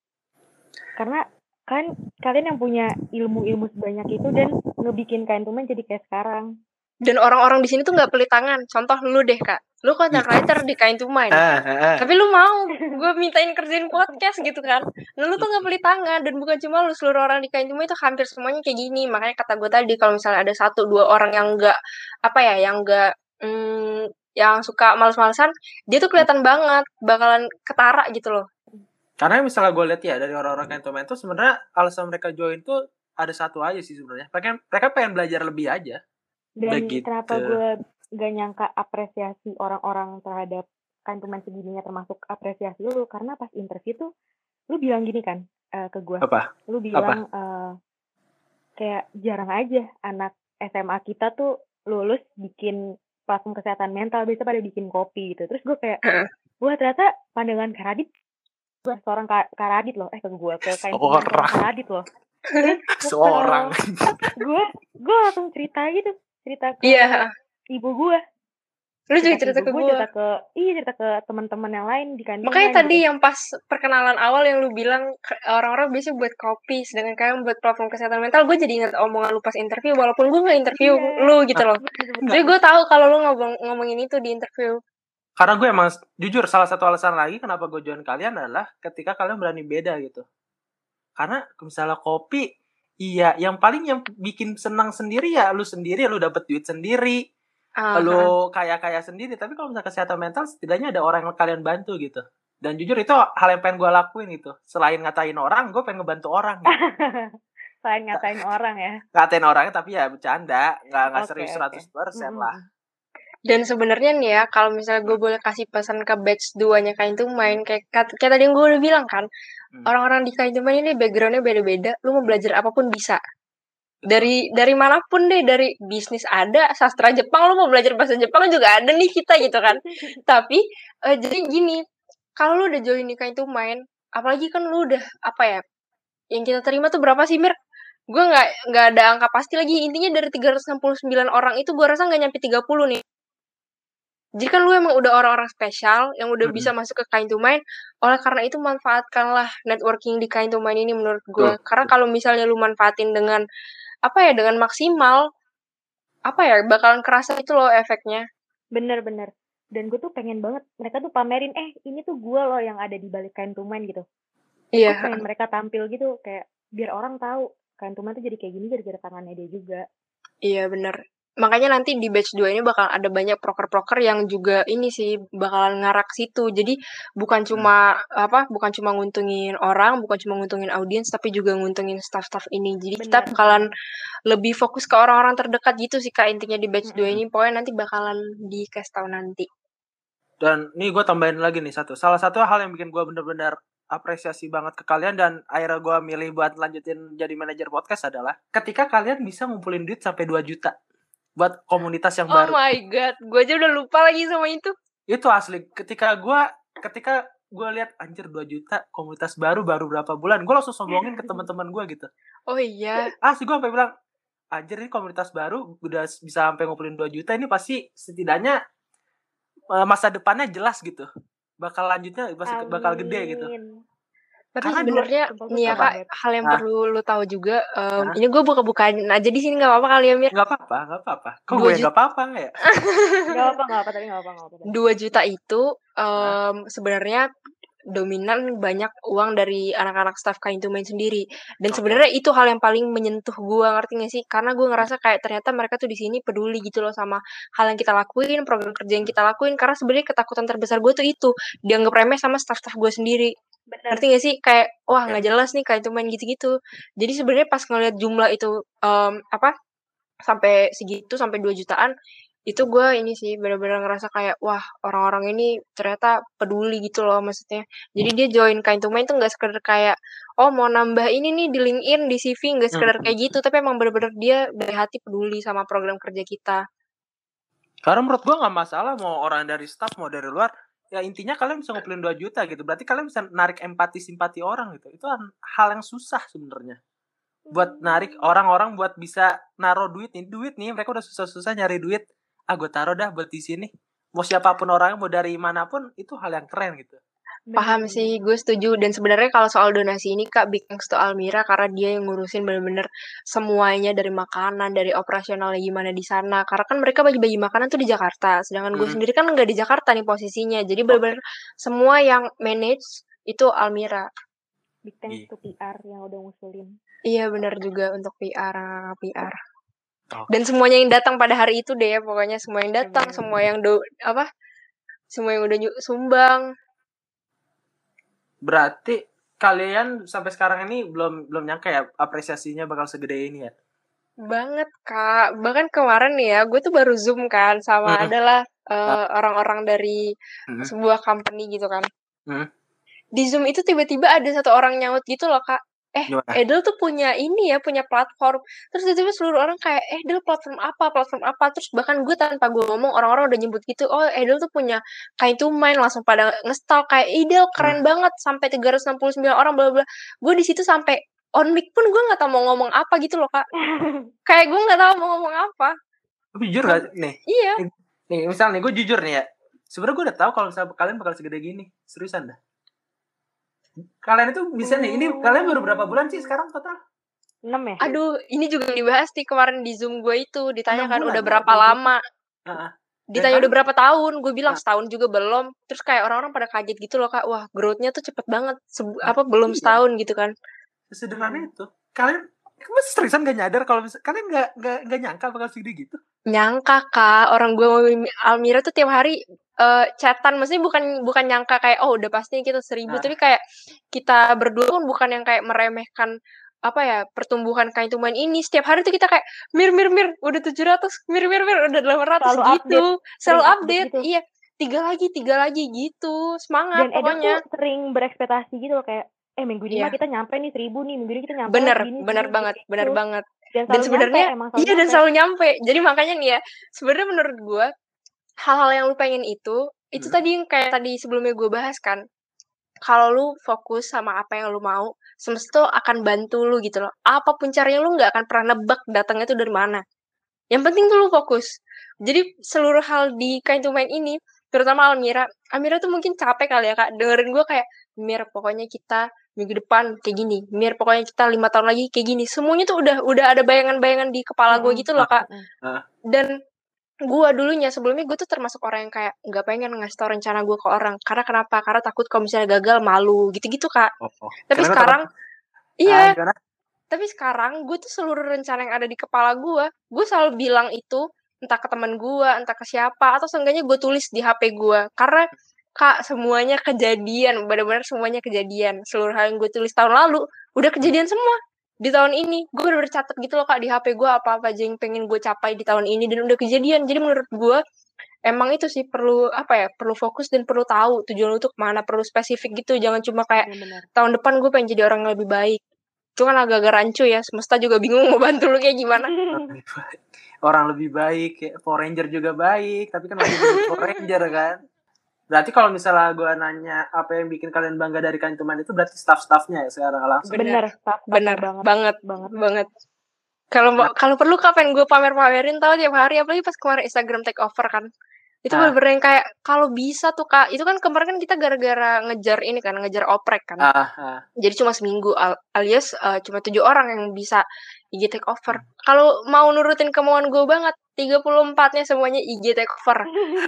Karena kan kalian yang punya ilmu-ilmu sebanyak itu dan ngebikin Kind to Mind jadi kayak sekarang. Dan orang-orang di sini tuh nggak pelit tangan. Contoh lu deh Kak, lu content writer di Kind to Mind. Ah, ah, ah. Tapi lu mau gue mintain kerjain podcast gitu kan. Nah lu tuh nggak pelit tangan. Dan bukan cuma lu, seluruh orang di Kind to Mind itu hampir semuanya kayak gini. Makanya kata gue tadi, kalau misalnya ada satu dua orang yang nggak apa ya, yang nggak hmm, yang suka males-malesan, dia tuh kelihatan banget bakalan ketara gitu loh. Karena misalnya gue lihat ya dari orang-orang Kind to Mind tuh sebenarnya alasan mereka join tuh ada satu aja sih sebenarnya. Mereka mereka pengen belajar lebih aja. Dan Begitu. kenapa gue gak nyangka apresiasi orang-orang terhadap Kind to Mind segininya termasuk apresiasi lu, karena pas interview tuh lu bilang gini kan uh, ke gue. Apa? Lu bilang uh, kayak jarang aja anak S M A kita tuh lulus bikin platform kesehatan mental, biasa pada bikin kopi gitu. Terus gue kayak, wah ternyata pandangan Karadit, gue seorang Karadit loh, eh ke gue ke Kind to Mind seorang Karadit loh. Terus seorang. gue gue langsung cerita gitu. Cerita ke yeah. ibu gue. Lu juga cerita ke gue. Cerita ke iya cerita ke teman-teman yang lain di kantin. Makanya tadi gitu. yang pas perkenalan awal yang lu bilang orang-orang biasanya buat kopi, sedangkan kalian buat platform kesehatan mental, gue jadi ingat omongan lu pas interview, walaupun gue nggak interview yeah. lu gitu loh. Jadi gue tahu kalau lu ngomong ngomongin itu di interview. Karena gue emang jujur salah satu alasan lagi kenapa gue join kalian adalah ketika kalian berani beda gitu. Karena misalnya kopi, iya, yang paling yang bikin senang sendiri ya lu sendiri, lu dapet duit sendiri, uh-huh. lu kaya-kaya sendiri. Tapi kalau misalnya kesehatan mental, setidaknya ada orang yang kalian bantu gitu. Dan jujur itu hal yang pengen gue lakuin gitu. Selain ngatain orang, gue pengen ngebantu orang. Gitu. Selain ngatain orang ya? Ngatain orangnya tapi ya bercanda, nggak nggak okay, serius seratus persen okay. lah. Dan sebenarnya nih ya, kalau misalnya gue boleh kasih pesan ke batch duanya Kind to Mind, kayak, kayak tadi yang gue udah bilang kan, hmm. orang-orang di Kind to Mind ini background-nya beda-beda, lu mau belajar apapun bisa. Dari dari manapun deh, dari bisnis ada, sastra Jepang, lu mau belajar bahasa Jepang juga ada nih kita gitu kan. Tapi, uh, jadi gini, kalau lu udah join di Kind to Mind, apalagi kan lu udah, apa ya, yang kita terima tuh berapa sih Mir? Gue gak, gak ada angka pasti lagi, intinya dari tiga ratus enam puluh sembilan orang itu gue rasa gak nyampe tiga puluh nih. Jadi kan lu emang udah orang-orang spesial yang udah Mm-mm. bisa masuk ke Kind to Mind. Oleh karena itu manfaatkanlah networking di Kind to Mind ini menurut gue. Betul. Karena kalau misalnya lu manfaatin dengan apa ya dengan maksimal, apa ya bakalan kerasa itu loh efeknya. Bener-bener. Dan gue tuh pengen banget mereka tuh pamerin, eh ini tuh gue loh yang ada di balik Kind to Mind gitu. Iya. Gue pengen mereka tampil gitu kayak biar orang tahu Kind to Mind tuh jadi kayak gini gara-gara tangannya dia juga. Iya bener. Makanya nanti di batch dua ini bakal ada banyak proker-proker yang juga ini sih bakalan ngarak situ. Jadi bukan cuma hmm. apa, bukan cuma nguntungin orang, bukan cuma nguntungin audiens, tapi juga nguntungin staff-staff ini. Jadi bener, kita bakalan bener. lebih fokus ke orang-orang terdekat gitu sih Kak intinya di batch mm-hmm. dua ini. Pokoknya nanti bakalan dikasih tahu nanti. Dan nih gue tambahin lagi nih satu. Salah satu hal yang bikin gue bener-bener apresiasi banget ke kalian dan akhirnya gue milih buat lanjutin jadi manajer podcast adalah ketika kalian bisa ngumpulin duit sampai dua juta buat komunitas yang oh baru. Oh my god, gue aja udah lupa lagi sama itu. Itu asli. Ketika gue ketika gue lihat anjir dua juta komunitas baru baru berapa bulan, gue langsung sombongin ke teman-teman gue gitu. Oh iya. Asli gue sampai bilang anjir ini komunitas baru udah bisa sampai ngumpulin dua juta, ini pasti setidaknya masa depannya jelas gitu. Bakal lanjutnya bakal, bakal gede gitu. Tapi sebenarnya nih ya Kak, hal yang nah. perlu lu tahu juga, um, nah. ini gue buka-bukaan aja di sini nggak apa-apa kali ya Mir? Nggak apa-apa, nggak apa-apa. Kok gue nggak apa-apa ya? Nggak apa, nggak apa, tapi nggak apa, nggak apa. Dua juta itu um, nah. sebenarnya dominan banyak uang dari anak-anak staff Kind to Mind sendiri. Dan okay. sebenarnya itu hal yang paling menyentuh gue, ngerti gak sih? Karena gue ngerasa kayak ternyata mereka tuh di sini peduli gitu loh sama hal yang kita lakuin, program kerja yang kita lakuin. Karena sebenarnya ketakutan terbesar gue tuh itu dianggap remeh sama staff-staff gue sendiri. Bener. Ngerti gak sih? Kayak wah nggak jelas nih Kind to Mind gitu-gitu. Jadi sebenarnya pas ngeliat jumlah itu um, apa sampai segitu sampai dua jutaan itu gue ini sih benar-benar ngerasa kayak wah orang-orang ini ternyata peduli gitu loh maksudnya. Jadi dia join Kind to Mind tuh nggak sekedar kayak oh mau nambah ini nih di LinkedIn di C V, nggak sekedar kayak gitu, tapi emang benar-benar dia dari hati peduli sama program kerja kita. Karena menurut gue nggak masalah mau orang dari staff mau dari luar, ya intinya kalian bisa ngumpulin dua juta gitu, berarti kalian bisa narik empati simpati orang gitu. Itu hal yang susah sebenarnya buat narik orang-orang buat bisa naruh duit nih duit nih mereka udah susah-susah nyari duit. Ah gue taruh dah buat di sini. Mau siapapun orangnya, mau dari manapun, itu hal yang keren gitu. Paham sih, gue setuju. Dan sebenarnya kalau soal donasi ini Kak, big thanks to Almira karena dia yang ngurusin bener-bener semuanya dari makanan, dari operasionalnya gimana di sana. Karena kan mereka bagi-bagi makanan tuh di Jakarta, sedangkan hmm. gue sendiri kan nggak di Jakarta nih posisinya. Jadi bener-bener okay. semua yang manage itu Almira. Big thanks to P R yang udah ngusulin. Iya benar juga untuk P R, P R. Okay. Dan semuanya yang datang pada hari itu deh, pokoknya semua yang datang, hmm. semua yang do apa, semua yang udah sumbang. Berarti kalian sampai sekarang ini belum belum nyangka ya apresiasinya bakal segede ini ya? Banget Kak, bahkan kemarin nih ya, gue tuh baru zoom kan sama hmm. adalah uh, orang-orang dari hmm. sebuah company gitu kan. Hmm. Di zoom itu tiba-tiba ada satu orang nyaut gitu loh Kak. Eh, Edel tuh punya ini ya, punya platform. Terus tiba-tiba seluruh orang kayak, eh, Edel platform apa, platform apa. Terus bahkan gue tanpa gue ngomong, orang-orang udah nyebut gitu, oh, Edel tuh punya Kind to Mind, langsung pada nge-stalk kayak, Edel keren hmm. banget, sampai tiga ratus enam puluh sembilan orang, bla bla. Gue di situ sampai on mic pun gue nggak tahu mau ngomong apa gitu loh Kak. Kayak gue nggak tahu mau ngomong apa. Tapi jujur gak nih? Iya. Nih, nih misalnya nih, gue jujur nih ya. Sebenarnya gue udah tahu kalau misalnya kalian bakal segede gini, seriusan dah. Kalian itu bisa nih, ini kalian baru berapa bulan sih sekarang total? enam ya? Aduh, ini juga dibahas nih kemarin di Zoom gue itu. Ditanyakan udah berapa lama. Uh-huh. Ditanya udah berapa tahun, gue bilang uh. setahun juga belum. Terus kayak orang-orang pada kaget gitu loh Kak. Wah, growth-nya tuh cepet banget. Sebu- uh, apa belum iya. setahun gitu kan. Sesederhana itu. Kalian kamu seriusan gak nyadar kalau misalnya kalian gak, gak, gak nyangka bakal segede gitu? Nyangka Kak, orang gue sama Almira tuh tiap hari uh, chatan, maksudnya bukan bukan nyangka kayak oh udah pasti kita seribu, nah. tapi kayak kita berdua pun bukan yang kayak meremehkan apa ya pertumbuhan Kind to Mind ini. Setiap hari tuh kita kayak mir mir mir udah tujuh ratus, mir mir mir udah delapan ratus selalu gitu, update. selalu update, update gitu. Iya tiga lagi tiga lagi gitu, semangat. Dan pokoknya Edel tuh sering berekspektasi gitu loh kayak eh minggu ini yeah. kita nyampe nih seribu nih, minggu ini kita nyampe bener gini, bener banget gitu. bener banget dan, dan sebenarnya iya nyampe. dan selalu nyampe. Jadi makanya nih ya sebenarnya menurut gue hal-hal yang lu pengen itu itu hmm. tadi yang kayak tadi sebelumnya gue bahas kan, kalau lu fokus sama apa yang lu mau, semesta tuh akan bantu lu gitu loh. Apapun caranya lu nggak akan pernah nebak datangnya tuh dari mana. Yang penting tuh lu fokus. Jadi seluruh hal di Kind to Mind ini, terutama Almira, Almira tuh mungkin capek kali ya Kak, dengerin gue kayak, "Mir, pokoknya kita minggu depan kayak gini. Mir, pokoknya kita lima tahun lagi kayak gini." Semuanya tuh udah udah ada bayangan-bayangan di kepala gue Mm-mm. gitu loh Kak. Ah. Dan gue dulunya sebelumnya gue tuh termasuk orang yang kayak nggak pengen ngasih tau rencana gue ke orang. Karena kenapa? Karena takut kalau misalnya gagal malu gitu-gitu Kak. Oh, oh. Tapi Kenapa sekarang, takut? iya. Ah, gimana? Tapi sekarang gue tuh seluruh rencana yang ada di kepala gue, gue selalu bilang itu entah ke teman gue, entah ke siapa, atau seenggaknya gue tulis di H P gue. Karena Kak, semuanya kejadian, benar-benar semuanya kejadian. Seluruh hal yang gue tulis tahun lalu udah kejadian semua di tahun ini. Gue udah bercatat gitu loh Kak di H P gue apa-apa aja yang pengen gue capai di tahun ini dan udah kejadian. Jadi menurut gue emang itu sih perlu apa ya, perlu fokus dan perlu tahu tujuan lu tuh kemana, perlu spesifik gitu. Jangan cuma kayak Benar-benar. tahun depan gue pengen jadi orang yang lebih baik. Itu kan agak-agak rancu ya, semesta juga bingung mau bantu lu kayak gimana. Orang lebih baik, kayak Power Ranger juga baik, tapi kan lagi jadi Power Ranger kan. Berarti kalau misalnya gue nanya apa yang bikin kalian bangga dari Kind to Mind itu berarti staff-staffnya ya sekarang langsung. Bener, staff Bener banget, banget, banget. banget. Kalau Nah. kalau perlu kapan gue pamer-pamerin tahu tiap hari, apalagi pas kemarin Instagram take over kan. Itu Ah. bener-bener yang kayak kalau bisa tuh Kak, itu kan kemarin kan kita gara-gara ngejar ini kan, ngejar oprek kan. Ah, ah. Jadi cuma seminggu al- alias uh, cuma tujuh orang yang bisa I G take over. Kalau mau nurutin kemauan gue banget, tiga puluh empatnya semuanya I G take over.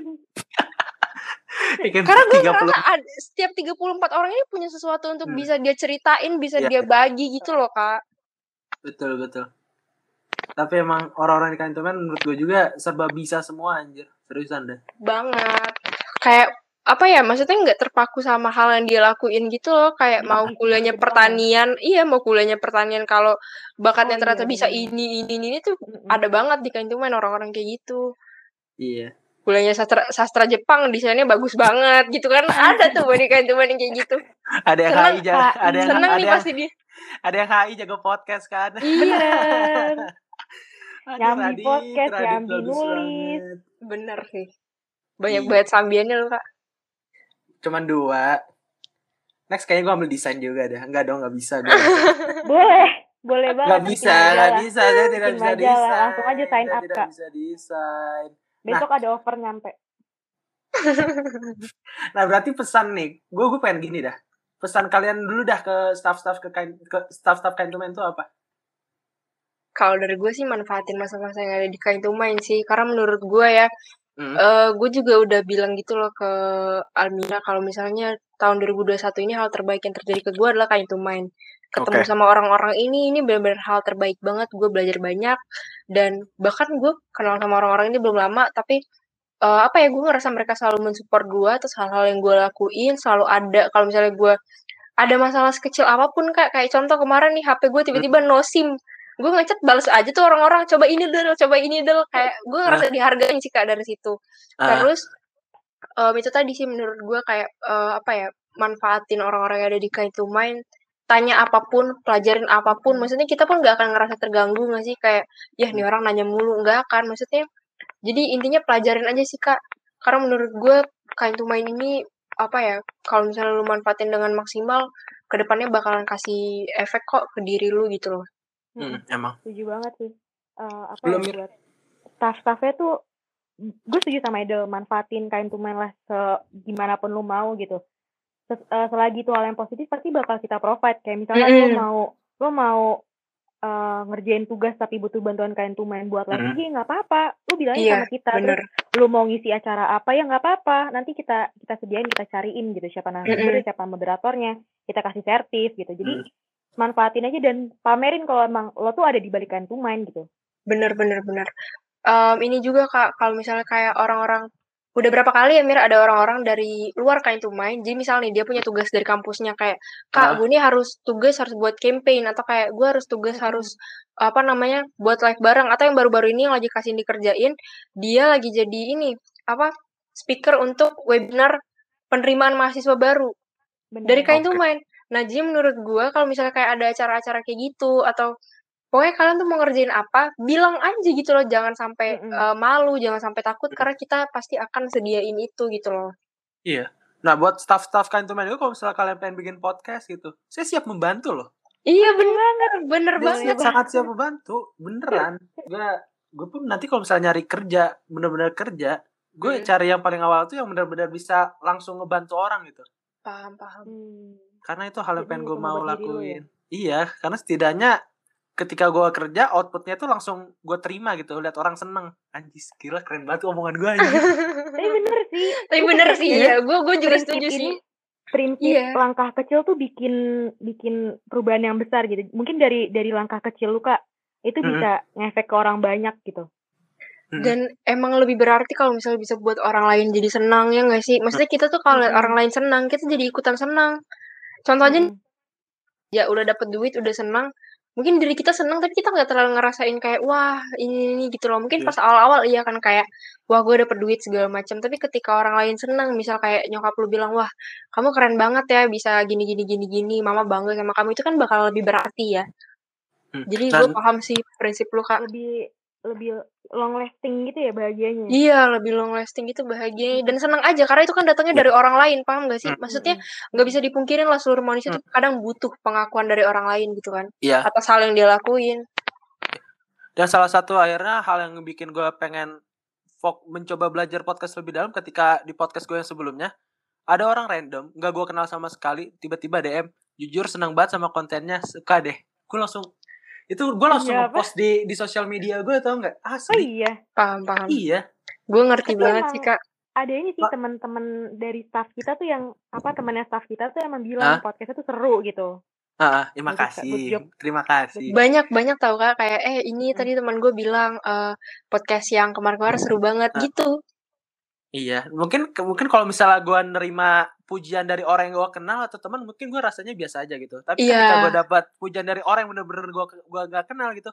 Karena gue ngerasa ada, setiap tiga puluh empat orang ini punya sesuatu untuk Hmm. bisa dia ceritain, bisa Iya, dia iya. bagi gitu loh Kak. Betul, betul. Tapi emang orang-orang di Kind to Mind menurut gue juga serba bisa semua anjir. Seriusan deh. Banget. Kayak apa ya, maksudnya nggak terpaku sama hal yang dia lakuin gitu loh. Kayak mau kuliahnya pertanian, iya mau kuliahnya pertanian kalau bakatnya Oh, ternyata iya, bisa bener. ini, ini, ini tuh ada banget di Kind to Mind orang-orang kayak gitu. Iya. Kuliahnya sastra, sastra Jepang, desainnya bagus banget gitu kan. Ada tuh di Kind to Mind yang kayak gitu. Ada yang Seneng, H I jago, ada yang seneng ada nih yang, pasti dia. ada yang H I jago podcast kan. Bener. Aduh, Nyambi Radit, podcast, Radit nyambi bagus nulis. banget. Bener sih. Banyak Iya. banget sambiannya loh Kak. Cuman dua. Next kayaknya gue ambil desain juga deh. Enggak dong, gak bisa gue. Boleh, boleh banget. Gak bisa, gak bisa. Saya tidak Bikin bisa majalah. desain. Langsung aja sign Saya up, tidak Kak. bisa desain. Besok ada offer nyampe. Nah berarti pesan nih, gue gue pengen gini dah. Pesan kalian dulu dah ke staff-staff ke, kind, ke staff-staff Kind to Mind itu apa? Kalau dari gue sih manfaatin masa-masa yang ada di Kind to Mind sih. Karena menurut gue ya, Hmm. uh, gue juga udah bilang gitu loh ke Almira kalau misalnya tahun dua ribu dua puluh satu ini hal terbaik yang terjadi ke gue adalah Kind to Mind. Ketemu Okay. sama orang-orang ini, ini benar-benar hal terbaik banget. Gue belajar banyak dan bahkan gue kenal sama orang-orang ini belum lama, tapi uh, apa ya, gue ngerasa mereka selalu mensupport gue atas hal-hal yang gue lakuin, selalu ada. Kalau misalnya gue ada masalah sekecil apapun Kak, kayak contoh kemarin nih H P gue tiba-tiba no SIM. Gue ngechat balas aja tuh orang-orang, coba ini dulu, coba ini dulu. Kayak gue ngerasa uh. dihargain sih Kak dari situ. Uh. Terus um, itu tadi sih menurut gue kayak uh, apa ya, manfaatin orang-orang yang ada di Kind to Mind. Tanya apapun, pelajarin apapun. Maksudnya kita pun gak akan ngerasa terganggu gak sih? Kayak, ya nih orang nanya mulu. Gak akan, maksudnya. Jadi intinya pelajarin aja sih Kak. Karena menurut gue Kind to Mind ini apa ya, kalau misalnya lu manfaatin dengan maksimal, kedepannya bakalan kasih efek kok ke diri lu gitu loh. Hmm, emang. Setuju banget sih. Uh, apa Belum, ya buat staff-staffnya tuh, gue setuju sama ide manfaatin Kind to Mind lah se gimana pun lu mau gitu. Ses, uh, selagi itu hal yang positif pasti bakal kita provide. Kayak misalnya mm-hmm. lo mau lo mau uh, ngerjain tugas tapi butuh bantuan Kind to Mind buat live mm-hmm. I G nggak apa-apa. Lu bilangin iya, sama kita. Bener. Terus lu mau ngisi acara apa ya nggak apa-apa. Nanti kita kita sediain, kita cariin gitu siapa narasumber, mm-hmm. siapa moderatornya. Kita kasih sertif gitu. Jadi mm-hmm. manfaatin aja dan pamerin kalau emang lo tuh ada di balik Kind to Mind gitu. Bener bener bener. Um, ini juga Kak, kalau misalnya kayak orang-orang udah berapa kali ya Mir ada orang-orang dari luar Kind to Mind. Jadi misalnya dia punya tugas dari kampusnya kayak Kak, uh. gue nih harus tugas harus buat campaign atau kayak gue harus tugas hmm. harus apa namanya buat live bareng atau yang baru-baru ini yang lagi kasih dikerjain dia lagi jadi ini apa speaker untuk webinar penerimaan mahasiswa baru. Bener. Dari Kind okay. to Mind. Nah, jadi menurut gue kalau misalnya kayak ada acara-acara kayak gitu atau pokoknya kalian tuh mau ngerjain apa, bilang aja gitu loh, jangan sampai mm-hmm. uh, malu, jangan sampai takut, mm-hmm. karena kita pasti akan sediain itu gitu loh. Iya. Nah, buat staff-staff Kind to Mind itu kalau misalnya kalian pengen bikin podcast gitu, saya siap membantu loh. Iya, bener banget, bener Dia banget. Siap, sangat siap membantu, beneran. Gue gue pun nanti kalau misalnya nyari kerja, bener-bener kerja, gue Hmm. cari yang paling awal tuh yang benar-benar bisa langsung ngebantu orang gitu. Paham, paham. Hmm. Karena itu hal yang Jadi pengen gue cuma mau buat diri lu lakuin. Iya, karena setidaknya ketika gue kerja, outputnya tuh langsung gue terima gitu. Lihat orang seneng. Anjis, gila keren banget omongan gue anjir. Tapi bener sih. Tapi Lu bener percaya sih, nggak iya. Gue gue juga prinsip setuju ini, sih. prinsip Iya. langkah kecil tuh bikin bikin perubahan yang besar gitu. Mungkin dari dari langkah kecil lu Kak, itu Mm-mm. bisa ngefek ke orang banyak gitu. Mm-mm. Dan emang lebih berarti kalau misalnya bisa buat orang lain jadi senang, ya nggak sih? Maksudnya kita tuh kalau lihat Mm-mm. orang lain senang, kita jadi ikutan senang. Contoh aja, Mm-mm. ya udah dapet duit, udah senang. Mungkin diri kita senang, tapi kita nggak terlalu ngerasain kayak wah ini ini gitu loh. Mungkin Iya. pas awal-awal iya kan kayak wah gue dapet duit segala macam. Tapi ketika orang lain senang, misal kayak nyokap lu bilang wah kamu keren banget ya bisa gini gini gini gini, mama bangga sama kamu, itu kan bakal lebih berarti ya. Hmm. Jadi Dan gue paham sih prinsip lu Kak. Lebih lebih long lasting gitu ya bahagianya. Iya, lebih long lasting gitu bahagianya dan senang aja karena itu kan datangnya Iya. dari orang lain, paham gak sih? Mm. Maksudnya Mm-mm. nggak bisa dipungkirin lah seluruh manusia Mm. tuh kadang butuh pengakuan dari orang lain gitu kan, Iya. atas hal yang dia lakuin. Dan salah satu akhirnya hal yang bikin gue pengen fok mencoba belajar podcast lebih dalam ketika di podcast gue yang sebelumnya ada orang random nggak gue kenal sama sekali tiba-tiba D M jujur senang banget sama kontennya suka deh gue langsung itu gue langsung Iya, apa? ngepost di di sosial media gue tau nggak Oh asli iya. Paham, paham. iya Gue ngerti Tapi banget emang sih Kak. ada ini sih Pak. teman-teman dari staff kita tuh yang apa temannya staff kita tuh emang Hah? bilang podcastnya tuh seru gitu. Ah, terima Bagus, Kak. Good kasih job. terima kasih Banyak banyak tahu Kak kayak eh ini Mm. tadi teman gue bilang eh, podcast yang kemarin-kemarin seru banget Ah. gitu. Iya mungkin mungkin kalau misalnya gue nerima pujian dari orang yang gue kenal atau teman mungkin gue rasanya biasa aja gitu tapi Iya. ketika gue dapat pujian dari orang yang bener-bener gue gue gak kenal gitu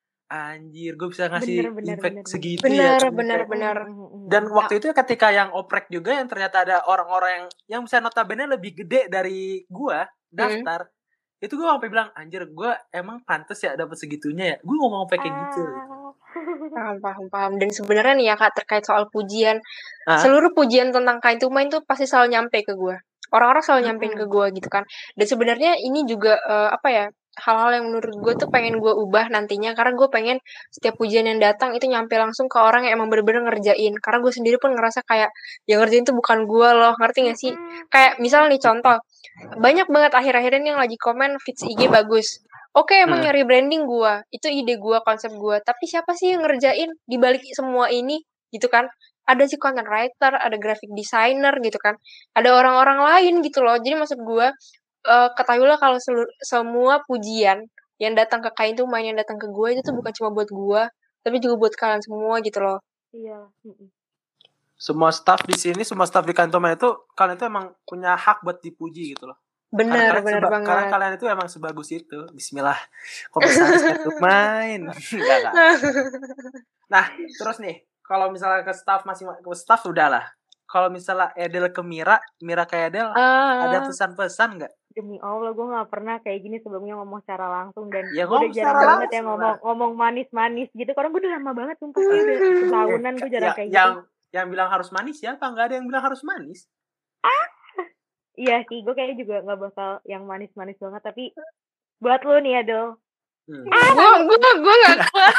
anjir gue bisa ngasih Bener, bener, impact bener, segitu Bener, ya ternyata. bener, bener. Mm, mm, mm, Dan mm. waktu itu ketika yang oprek juga yang ternyata ada orang-orang yang yang bisa notabene lebih gede dari gua daftar. Itu gua sampai bilang anjir gua emang pantas ya dapat segitunya ya. Gua ngomong sampai kayak gitu. Ah. Paham, paham, paham. Dan sebenarnya nih ya Kak terkait soal pujian, Ah? seluruh pujian tentang Kind to Mind tuh pasti selalu nyampe ke gue. Orang-orang selalu nyampein Mm-mm. ke gue gitu kan. Dan sebenarnya ini juga eh, apa ya hal-hal yang menurut gue tuh pengen gue ubah nantinya karena gue pengen setiap pujian yang datang itu nyampe langsung ke orang yang emang bener-bener ngerjain. Karena gue sendiri pun ngerasa kayak yang ngerjain tuh bukan gue loh, ngerti gak sih? Mm-mm. Kayak misal nih contoh, banyak banget akhir-akhir ini yang lagi komen feeds I G bagus. Oke, emang Hmm. nyari branding gua, itu ide gua, konsep gua. Tapi siapa sih yang ngerjain di balik semua ini, gitu kan? Ada sih content writer, ada graphic designer, gitu kan? Ada orang-orang lain gitu loh. Jadi maksud gua, eh, ketahuilah kalau selu- semua pujian yang datang ke Kind to Mind, yang datang ke gua itu tuh bukan cuma buat gua, tapi juga buat kalian semua gitu loh. Iya. Mm-mm. Semua staff di sini, semua staff di kantor itu kalian itu emang punya hak buat dipuji gitu loh. Bener, Karena kalian, bener seba- banget. karena kalian itu emang sebagus itu. Bismillah. Komisaris untuk main. Enggak, enggak. Nah, terus nih, kalau misalnya ke staff masih ke staff udah lah. Kalau misalnya Edel ke Mira, Mira ke Edel, Ah. ada pesan-pesan nggak? Demi Allah gue nggak pernah kayak gini sebelumnya ngomong secara langsung dan Ya, gue udah ngomong jarang secara banget ya langsung ngomong lah. ngomong manis-manis gitu karena gue udah lama banget sumpah sih udah setahunan gue jarang Ya, kayak yang gitu. yang bilang harus manis siapa? Nggak ada yang bilang harus manis. Iya sih gue kayaknya juga nggak bakal yang manis-manis banget tapi buat lo nih Adel. Hmm. Gua, gua, gua gak kuat.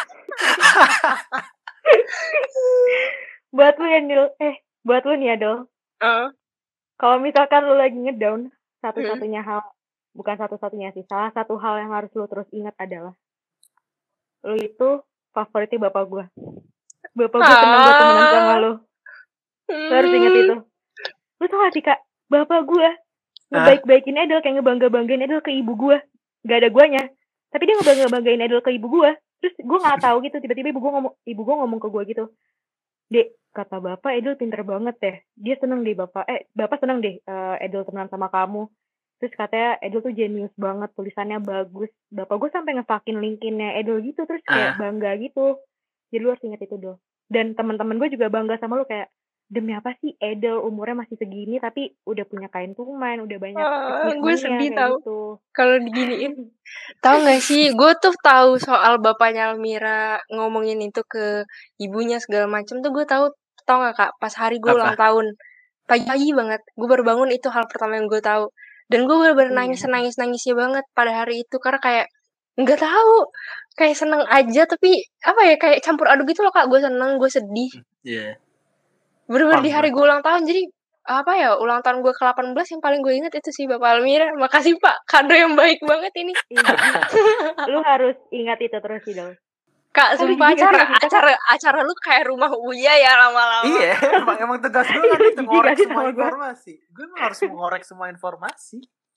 Buat lo ya Nil, eh buat lo nih Adel. Ah. Kalau misalkan lo lagi ngedown, satu-satunya hal, bukan satu-satunya sih, salah satu hal yang harus lo terus ingat adalah lo itu favoritnya bapak gue. Bapak gue seneng buat temenan sama lo. Lo harus ingat itu. Lo tau gak sih kak, bapak gue ngebaik-baikin Edel kayak ngebangga-banggain Edel ke ibu gue. Gak ada guanya. Tapi dia ngebangga-banggain Edel ke ibu gue. Terus gue gak tahu gitu, tiba-tiba ibu gue ngomong, ibu gue ngomong ke gue gitu. Dek, kata bapak Edel pinter banget deh. Dia seneng deh bapak. Eh, bapak seneng deh uh, Edel temenan sama kamu. Terus katanya Edel tuh jenius banget, tulisannya bagus. Bapak gue sampai ngefakin linkinnya Edel gitu, terus kayak bangga gitu. Jadi lu harus ingat itu dong. Dan teman-teman gue juga bangga sama lu kayak, demi apa sih Edel umurnya masih segini tapi udah punya Kind to Mind, udah banyak uh, gue sedih kayak tau gitu. Kalau diginiin. Tahu nggak sih, gue tuh tahu soal bapaknya Almira ngomongin itu ke ibunya segala macam tuh gue tahu. Tahu nggak kak, pas hari gue ulang tahun pagi-pagi banget gue baru bangun, itu hal pertama yang gue tahu. Dan gue bener-bener nangis nangis nangisnya banget pada hari itu karena kayak Nggak tahu, kayak seneng aja tapi apa ya, kayak campur aduk gitu loh Kak, gue seneng, gue sedih. Iya. Bener-bener di Paham hari gue. gue ulang tahun, jadi apa ya, ulang tahun gue ke delapan belas yang paling gue inget itu sih Bapak Almira. Makasih Pak, kado yang baik banget ini. Iya. Lu harus ingat itu terus sih, Dol. Kak, Kan sumpah jijik gak sih acara pas kita, Kak? acara acara lu kayak rumah Uya ya lama-lama. Iya, emang emang tugas gue kan Lu itu jijik ngorek gak sih semua sama gua? informasi. Gue emang harus mengorek semua informasi.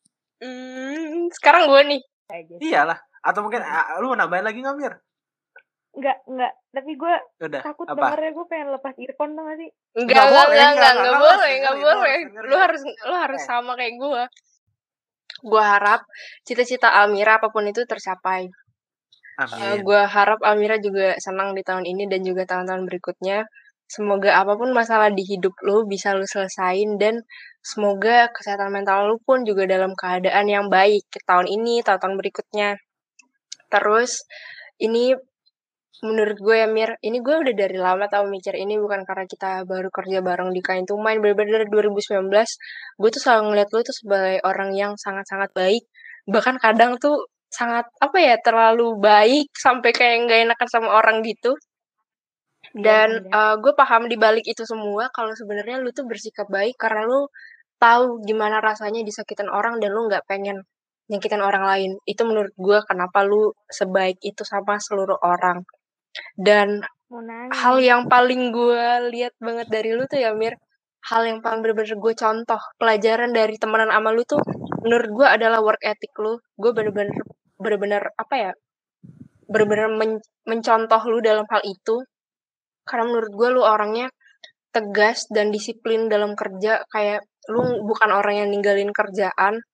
Hmm, sekarang gue nih. Aja. Iyalah. Atau mungkin Hmm. ah, lu mau nambahin lagi nggak Mir? Enggak, enggak. Tapi gue Udah. takut Apa? dengernya, gue pengen lepas earphone tuh gak sih? Enggak, Nggak enggak, boleh, enggak, nggak, enggak, nggak, enggak lu harus boleh, enggak dengerin, lu harus boleh. dengerin. Lu harus lu harus Eh. sama kayak gue. Gue harap cita-cita Almira apapun itu tercapai. Uh, Amin. gue harap Almira juga senang di tahun ini dan juga tahun-tahun berikutnya. Semoga apapun masalah di hidup lu bisa lu selesain dan semoga kesehatan mental lu pun juga dalam keadaan yang baik ke tahun ini, tahun-tahun berikutnya. Terus ini menurut gue ya Mir, ini gue udah dari lama tau mikir ini, bukan karena kita baru kerja bareng di Kind to Mind, bener-bener dari dua ribu sembilan belas gue tuh selalu ngeliat lu tuh sebagai orang yang sangat-sangat baik, bahkan kadang tuh sangat apa ya, terlalu baik sampai kayak nggak enakan sama orang gitu. Dan uh, gue paham di balik itu semua kalau sebenarnya lu tuh bersikap baik karena lu tahu gimana rasanya disakitin orang dan lu nggak pengen nyakitin orang lain. Itu menurut gue kenapa lu sebaik itu sama seluruh orang. Dan hal yang paling gue lihat banget dari lu tuh ya Mir, hal yang paling bener-bener gue contoh pelajaran dari temenan sama lu tuh menurut gue adalah work ethic lu. Gue bener-bener bener-bener apa ya, bener-bener men- mencontoh lu dalam hal itu karena menurut gue lu orangnya tegas dan disiplin dalam kerja, kayak lu bukan orang yang ninggalin kerjaan.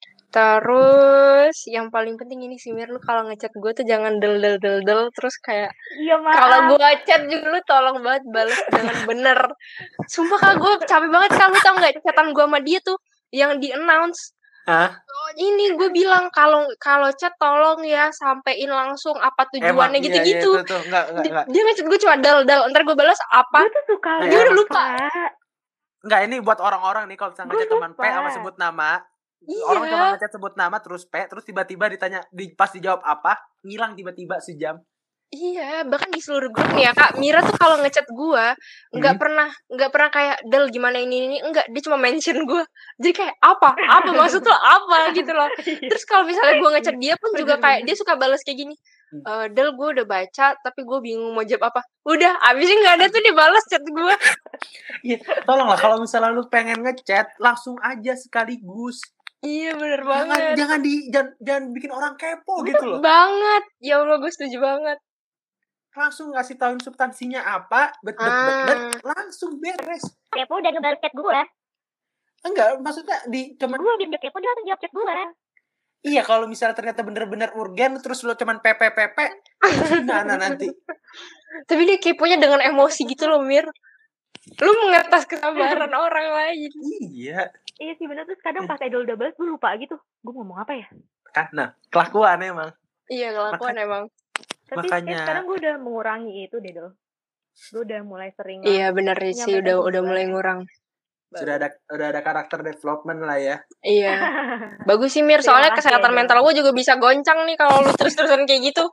Terus yang paling penting ini sih Mir, lu kalau ngechat gue tuh jangan del del del del terus kayak iya, kalau gue chat juga lu tolong banget bales dengan bener. Sumpah Kak, gue capek banget Kak, lu tau nggak chatan gue sama dia tuh yang di announce. Hah? Oh, ini gue bilang kalau kalau chat tolong ya sampein langsung apa tujuannya Emang, gitu-gitu. Iya, iya, itu tuh. Enggak, enggak, enggak. Dia ngechat gue cuma dal dal, ntar gue balas apa? Gue tuh suka Eh, gue udah emang. lupa. Enggak, ini buat orang-orang nih kalau misalnya Gua ngechat teman P lupa. sama sebut nama. Iya. Orang cuma ngechat sebut nama terus P, terus tiba-tiba ditanya di pas dijawab apa, ngilang tiba-tiba sejam. Iya, bahkan di seluruh grup nih ya Kak, Mira tuh kalau ngechat gue nggak Hmm. pernah nggak pernah kayak Del gimana ini ini enggak, dia cuma mention gue. Jadi kayak apa apa maksud lo apa gitu loh. Terus kalau misalnya gue ngechat dia pun juga kayak dia suka balas kayak gini. E, Del gue udah baca tapi gue bingung mau jawab apa. Udah abisnya nggak ada tuh dia balas chat gue. Iya, tolonglah kalau misalnya lu pengen ngechat langsung aja sekaligus. Iya bener Jangan banget. jangan di jangan, jangan bikin orang kepo Bener gitu loh. banget. Ya Allah gue setuju banget. Langsung ngasih tahuin substansinya apa, bet bet bet, bet langsung beres. Kepo dan ngebalas chat gue. Enggak, maksudnya di cuman gue dia kepo dia langsung jawab chat gue. Iya, kalau misalnya ternyata bener-bener urgen terus lo cuman pepe pepe, gimana nanti? Tapi dia keponya dengan emosi gitu loh Mir. Lu mengetas kesabaran orang lain. Iya. Iya sih bener, terus kadang pas idol udah balas gue lupa gitu. Gue ngomong apa ya? Kan, nah kelakuan emang. Iya kelakuan Maka, emang. Tapi makanya sekarang gue udah mengurangi itu deh Dol. Gue udah mulai sering. Iya bener sih, udah udah mulai ngurang. Sudah ada udah ada karakter development lah ya. Iya. Bagus sih Mir, soalnya kesehatan ya, mental gue juga bisa goncang nih kalau lu terus-terusan kayak gitu.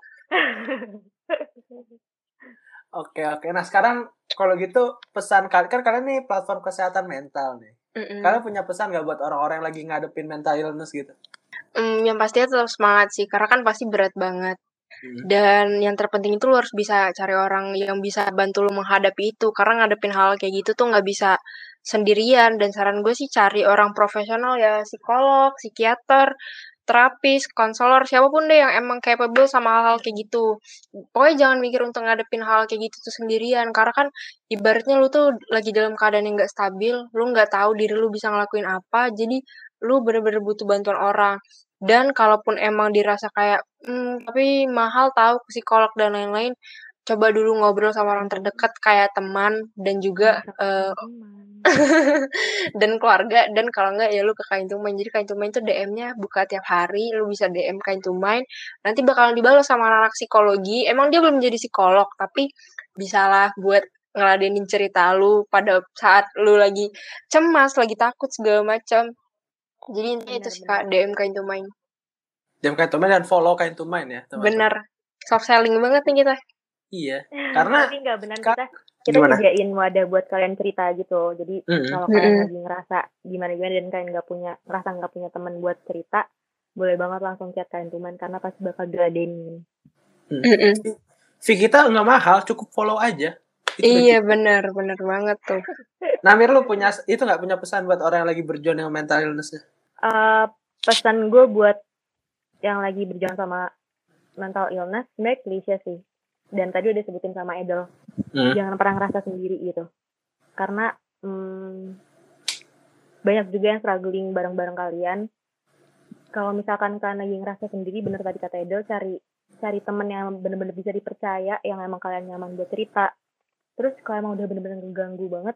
Oke oke. Nah sekarang kalau gitu pesan kan kalian nih platform kesehatan mental nih. Mm-mm. Kalian punya pesan gak buat orang-orang yang lagi ngadepin mental illness gitu? Hmm, yang pastinya tetap semangat sih, karena kan pasti berat banget. Hmm. Dan yang terpenting itu lu harus bisa cari orang yang bisa bantu lu menghadapi itu, karena ngadepin hal kayak gitu tuh nggak bisa sendirian. Dan saran gue sih cari orang profesional ya, psikolog, psikiater, terapis, konselor, siapapun deh yang emang capable sama hal-hal kayak gitu. Pokoknya jangan mikir untuk ngadepin hal kayak gitu tuh sendirian, karena kan ibaratnya lu tuh lagi dalam keadaan yang gak stabil, lu gak tahu diri lu bisa ngelakuin apa, jadi lu bener-bener butuh bantuan orang. Dan kalaupun emang dirasa kayak, hmm, tapi mahal tahu psikolog dan lain-lain, coba dulu ngobrol sama orang terdekat kayak teman dan juga uh, dan keluarga, dan kalau enggak ya lu ke Kind to Mind. Jadi Kind to Mind tuh D M-nya buka tiap hari, lu bisa D M Kind to Mind, nanti bakalan dibalas sama anak psikologi. Emang dia belum jadi psikolog, tapi bisalah buat ngeladenin cerita lu pada saat lu lagi cemas, lagi takut segala macam. Jadi intinya itu sih Kak, D M Kind to Mind. Diam Kind to Mind dan follow Kind to Mind ya, teman-teman. Bener. Soft selling banget nih kita. Iya. Karena tapi nggak benar ka- kita kita Gimana? nyediain wadah buat kalian cerita gitu. Jadi Mm-mm. kalau kalian Mm-mm. lagi ngerasa gimana-gimana dan kalian nggak punya ngerasa nggak punya teman buat cerita, boleh banget langsung chat Kind to Mind karena pasti bakal diladenin. Mm-mm. Fee kita nggak mahal, cukup follow aja. Itu udah Iya cukup. bener, bener banget tuh. Namir, lu punya itu nggak punya pesan buat orang yang lagi berjuang dengan mental illness-nya? Uh, pesan gue buat yang lagi berjuang sama mental illness sebenarnya klise sih. Dan tadi udah sebutin sama Edel, Hmm. jangan pernah ngerasa sendiri gitu. Karena hmm, banyak juga yang struggling bareng-bareng kalian. Kalau misalkan kalian lagi ngerasa sendiri, bener tadi kata Edel, cari cari temen yang bener-bener bisa dipercaya, yang emang kalian nyaman buat cerita. Terus kalau emang udah bener-bener ngeganggu banget,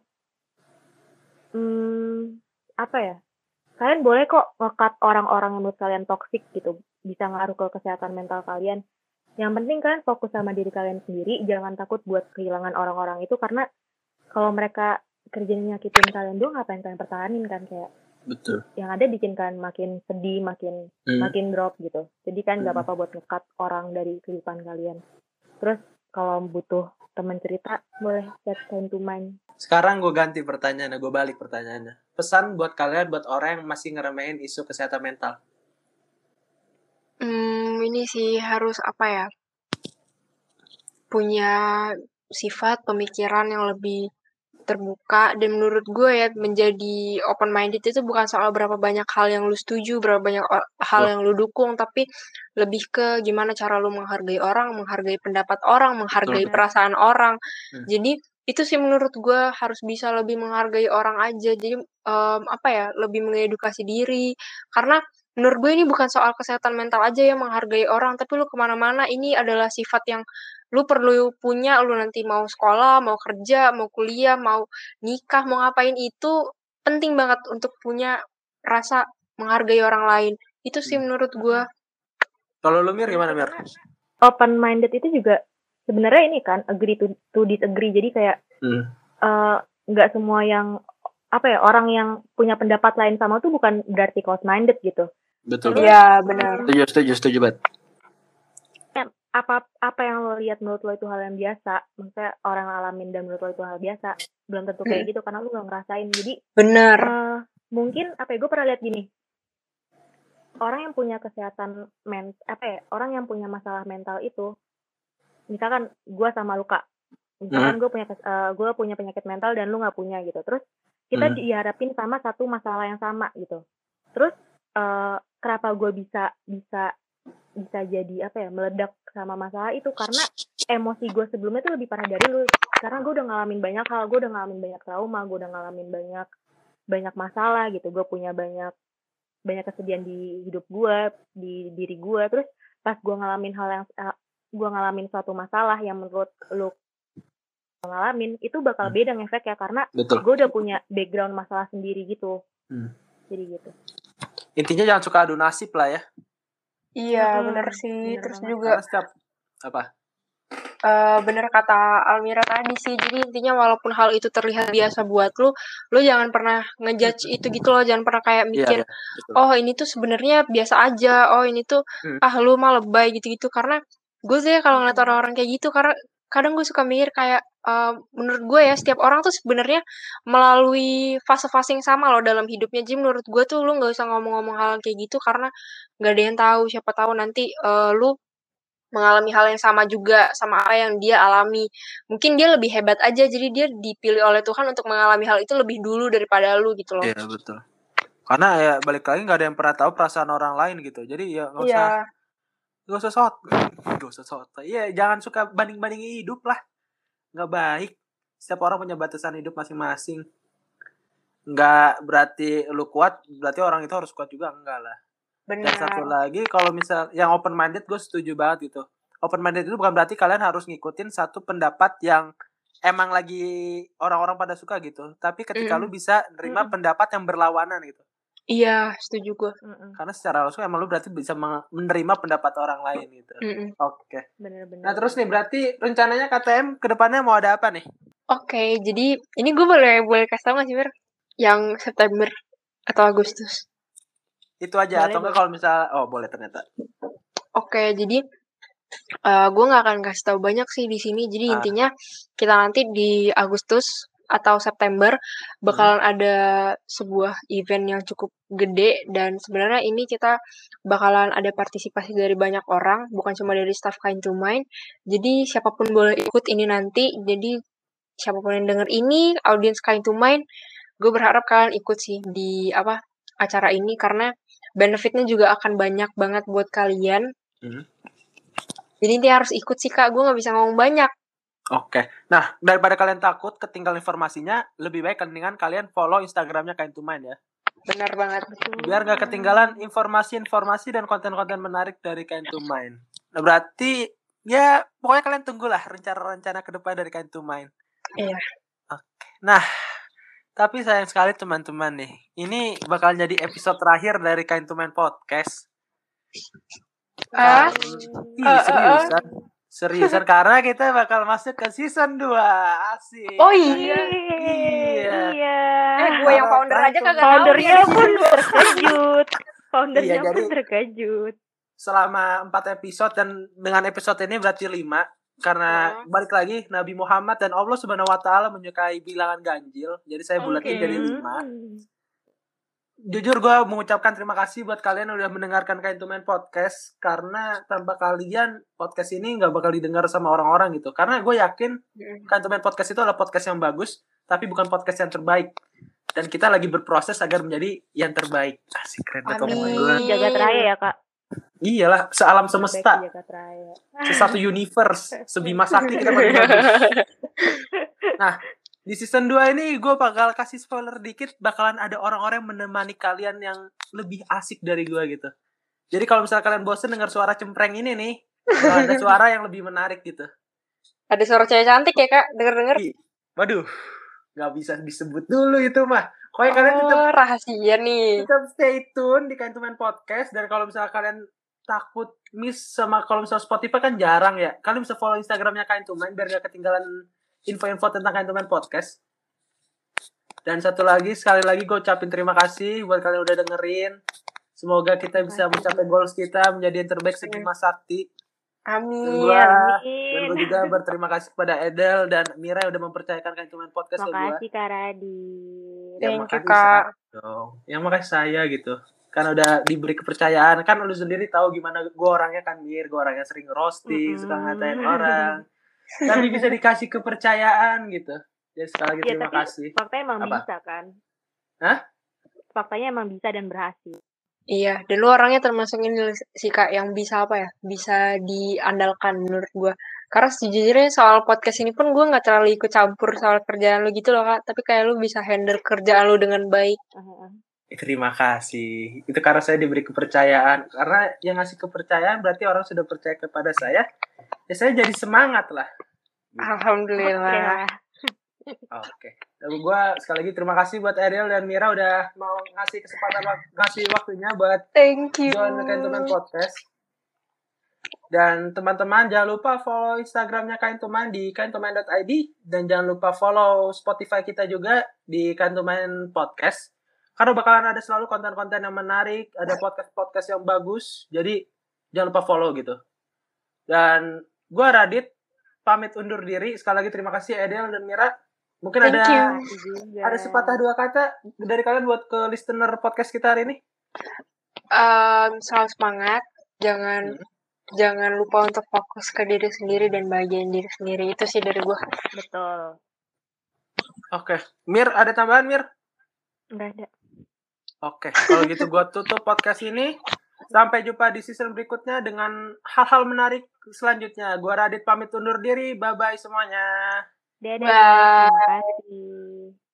hmm, apa ya? Kalian boleh kok nge-cut orang-orang yang menurut kalian toxic gitu, bisa ngaruh ke kesehatan mental kalian. Yang penting kalian fokus sama diri kalian sendiri, jangan takut buat kehilangan orang-orang itu, karena kalau mereka kerjanya nyakitin kalian doang, ngapain kalian pertahanin kan, kayak Betul. yang ada bikin kalian makin sedih, makin Hmm. makin drop gitu. Jadi kan nggak Hmm. apa-apa buat nge-cut orang dari kehidupan kalian. Terus kalau butuh teman cerita, boleh chat Kind to Mind. Sekarang gue ganti pertanyaannya, gue balik pertanyaannya. Pesan buat kalian, buat orang yang masih ngeremehin isu kesehatan mental. Hmm, ini sih harus apa ya? Punya sifat pemikiran yang lebih terbuka, dan menurut gue ya, menjadi open minded itu bukan soal berapa banyak hal yang lu setuju, berapa banyak o- hal Betul. yang lu dukung, tapi lebih ke gimana cara lu menghargai orang, menghargai pendapat orang, menghargai Betul. perasaan orang. Hmm. Jadi itu sih menurut gue harus bisa lebih menghargai orang aja. Jadi em, apa ya, lebih mengedukasi diri. Karena menurut gue ini bukan soal kesehatan mental aja ya, menghargai orang, tapi lu kemana-mana ini adalah sifat yang lu perlu punya. Lu nanti mau sekolah, mau kerja, mau kuliah, mau nikah, mau ngapain, itu penting banget untuk punya rasa menghargai orang lain. Itu sih Hmm. menurut gua. Kalau lu Mir gimana Mir? Open minded itu juga sebenarnya ini kan agree to, to disagree. Jadi kayak Hmm. eh, nggak semua yang apa ya, orang yang punya pendapat lain sama tuh bukan berarti close minded gitu. Betul. Terus, Iya, benar. Setuju, setuju, setuju banget. apa apa yang lo lihat menurut lo itu hal yang biasa, maksudnya orang ngalamin dan menurut lo itu hal biasa, belum tentu kayak Hmm. gitu karena lo nggak ngerasain. Jadi Benar. eh, mungkin apa ya, gue pernah lihat gini, orang yang punya kesehatan men apa ya, orang yang punya masalah mental itu, misalkan gue sama Luka, misalkan gue punya uh, gue punya penyakit mental dan lu nggak punya gitu, terus kita Hmm. dihadapin sama satu masalah yang sama gitu, terus uh, kenapa gue bisa bisa bisa jadi apa ya, meledak sama masalah itu, karena emosi gue sebelumnya tuh lebih parah dari lu, karena gue udah ngalamin banyak hal, gue udah ngalamin banyak trauma, gue udah ngalamin banyak banyak masalah gitu, gue punya banyak banyak kesedihan di hidup gue, di diri gue. Terus pas gue ngalamin hal yang uh, gue ngalamin suatu masalah yang menurut lu ngalamin, itu bakal Hmm. beda ngefek ya, karena Betul. gue udah punya background masalah sendiri gitu. Hmm. Jadi gitu. Intinya jangan suka adu nasib lah ya. Iya, Mm-mm, benar sih. bener Terus banget. juga Karena setiap apa? eh bener kata Almira tadi sih. Jadi intinya walaupun hal itu terlihat biasa buat lu, lu jangan pernah ngejudge itu gitu loh. Jangan pernah kayak Iya, mikir, iya. Betul. oh ini tuh sebenarnya biasa aja. Oh ini tuh Hmm. ah lu mah lebay gitu-gitu. Karena gue sih kalau ngeliat orang-orang kayak gitu, karena kadang gue suka mikir kayak eh, menurut gue ya, setiap orang tuh sebenarnya melalui fase-fase yang sama loh dalam hidupnya. Jadi menurut gue tuh lu nggak usah ngomong-ngomong hal kayak gitu, karena nggak ada yang tahu. Siapa tahu nanti eh, lu mengalami hal yang sama juga sama apa yang dia alami. Mungkin dia lebih hebat aja, jadi dia dipilih oleh Tuhan untuk mengalami hal itu lebih dulu daripada lu gitu loh. Iya, betul. Karena ya balik lagi nggak ada yang pernah tahu perasaan orang lain gitu. Jadi ya nggak usah Iya. nggak usah sot nggak usah sot. Iya, jangan suka banding-bandingin hidup lah. Nggak baik. Setiap orang punya batasan hidup masing-masing. Nggak berarti lu kuat, berarti orang itu harus kuat juga, enggak lah. Dan satu Benar. lagi, kalau misal yang open minded, gue setuju banget gitu. Open minded itu bukan berarti kalian harus ngikutin satu pendapat yang emang lagi orang-orang pada suka gitu. Tapi ketika Mm. lu bisa nerima Mm-mm. pendapat yang berlawanan gitu. Iya, setuju gue. Mm-mm. Karena secara langsung emang lu berarti bisa meng- menerima pendapat orang lain gitu. Mm-mm. Oke. Bener-bener. Nah terus nih, berarti rencananya K T M kedepannya mau ada apa nih? Oke, jadi ini gue boleh boleh kasih tau nggak sih, Mir? Yang September atau Agustus? Itu aja Boleh, atau enggak boleh. kalau misal oh boleh ternyata. Oke, jadi uh, gue nggak akan kasih tahu banyak sih di sini. Jadi Ah. intinya kita nanti di Agustus atau September bakalan hmm. ada sebuah event yang cukup gede, dan sebenarnya ini kita bakalan ada partisipasi dari banyak orang, bukan cuma dari staff Kind to Mind. Jadi siapapun boleh ikut ini nanti. Jadi siapapun yang denger ini, audiens Kind to Mind, gue berharap kalian ikut sih di apa acara ini, karena benefitnya juga akan banyak banget buat kalian. Hmm. Jadi dia harus ikut sih Kak, gue gak bisa ngomong banyak. Oke, nah daripada kalian takut ketinggalan informasinya, lebih baik mendingan kalian follow Instagramnya Kind to Mind ya. Benar banget. Biar gak ketinggalan informasi-informasi dan konten-konten menarik dari Kind to Mind. Nah berarti ya pokoknya kalian tunggulah rencana-rencana ke depan dari Kind to Mind. Iya. Oke, nah tapi sayang sekali teman-teman nih, ini bakal jadi episode terakhir dari Kind to Mind Podcast. Ah, uh, uh, seriusan, uh, uh. seriusan karena kita bakal masuk ke season dua. Asik. Oh iya. Iya. Iya. Eh, gue yang founder aja kagak tahu. Foundernya pun terkejut. Foundernya iya, pun terkejut. Selama empat episode, dan dengan episode ini berarti lima. Karena hmm. balik lagi, Nabi Muhammad dan Allah Subhanahu Wa Taala menyukai bilangan ganjil. Jadi saya bulatin okay. jadi lima. Jujur gue mengucapkan terima kasih buat kalian yang udah mendengarkan Kind to Mind Podcast, karena tanpa kalian podcast ini gak bakal didengar sama orang-orang gitu. Karena gue yakin Kind to Mind Podcast itu adalah podcast yang bagus, tapi bukan podcast yang terbaik. Dan kita lagi berproses agar menjadi yang terbaik. Asik, keren banget omongan gue. Jagat raya ya Kak. Iyalah, sealam semesta, sesatu universe, sebima sakti kita paling bagus. Nah, di season dua ini gue bakal kasih spoiler dikit, bakalan ada orang-orang yang menemani kalian yang lebih asik dari gue gitu. Jadi kalau misalnya kalian bosen dengar suara cempreng ini nih, ada suara yang lebih menarik gitu. Ada suara cewek cantik ya Kak, denger-denger. Waduh, gak bisa disebut dulu itu mah. Pokoknya oh, kalian tetap rahasia nih. Tetap stay tune di Kind to Mind Podcast. Dan kalau misalnya kalian takut miss sama, kalau misalnya Spotify kan jarang ya, kalian bisa follow Instagramnya Kind to Mind biar gak ketinggalan info-info tentang Kind to Mind Podcast. Dan satu lagi, sekali lagi gue ucapin terima kasih buat kalian udah dengerin. Semoga kita bisa mencapai goals kita, menjadi yang terbaik sebima sakti. Amin. Dan gue, dan gue juga berterima kasih kepada Edel dan Mira yang udah mempercayakan Kind to Mind Podcast ke gue. Makasih Kak Radit. Ya, makasih Kak. Yang makasih saya gitu. Karena udah diberi kepercayaan. Kan lu sendiri tahu gimana gue orangnya kan, Mir. Gue orangnya sering roasting, mm-hmm. suka ngatain orang. Tapi bisa dikasih kepercayaan gitu. Jadi sekali lagi ya, terima kasih. Faktanya emang apa? Bisa kan? Hah? Faktanya emang bisa dan berhasil. Iya, dan lu orangnya termasuk ini sih Kak, yang bisa apa ya, bisa diandalkan menurut gue. Karena sejujurnya soal podcast ini pun gue gak terlalu ikut campur soal kerjaan lu gitu loh Kak, tapi kayak lu bisa handle kerjaan lu dengan baik. Uh-huh. Terima kasih. Itu karena saya diberi kepercayaan. Karena yang ngasih kepercayaan berarti orang sudah percaya kepada saya. Ya saya jadi semangat lah. Alhamdulillah. Oke. Okay. Dan gue sekali lagi terima kasih buat Ariel dan Mira udah mau ngasih kesempatan, ngasih waktunya buat Thank you. join Kind to Mind Podcast. Dan teman-teman jangan lupa follow Instagramnya Kind to Mind di kind to mind dot i d, dan jangan lupa follow Spotify kita juga di Kind to Mind Podcast. Karena bakalan ada selalu konten-konten yang menarik, ada podcast-podcast yang bagus. Jadi jangan lupa follow gitu. Dan gue Radit pamit undur diri. Sekali lagi terima kasih Edel dan Mira. Mungkin Thank ada you. ada sepatah dua kata dari kalian buat ke listener podcast kita hari ini. Um, selalu semangat, jangan hmm. jangan lupa untuk fokus ke diri sendiri dan bahagiain diri sendiri. Itu sih dari gue. Betul. Oke, okay. Mir ada tambahan Mir? Nggak ada. Oke, okay. Kalau gitu gue tutup podcast ini. Sampai jumpa di season berikutnya dengan hal-hal menarik selanjutnya. Gue Radit pamit undur diri. Bye bye semuanya. Dadah. Terima kasih.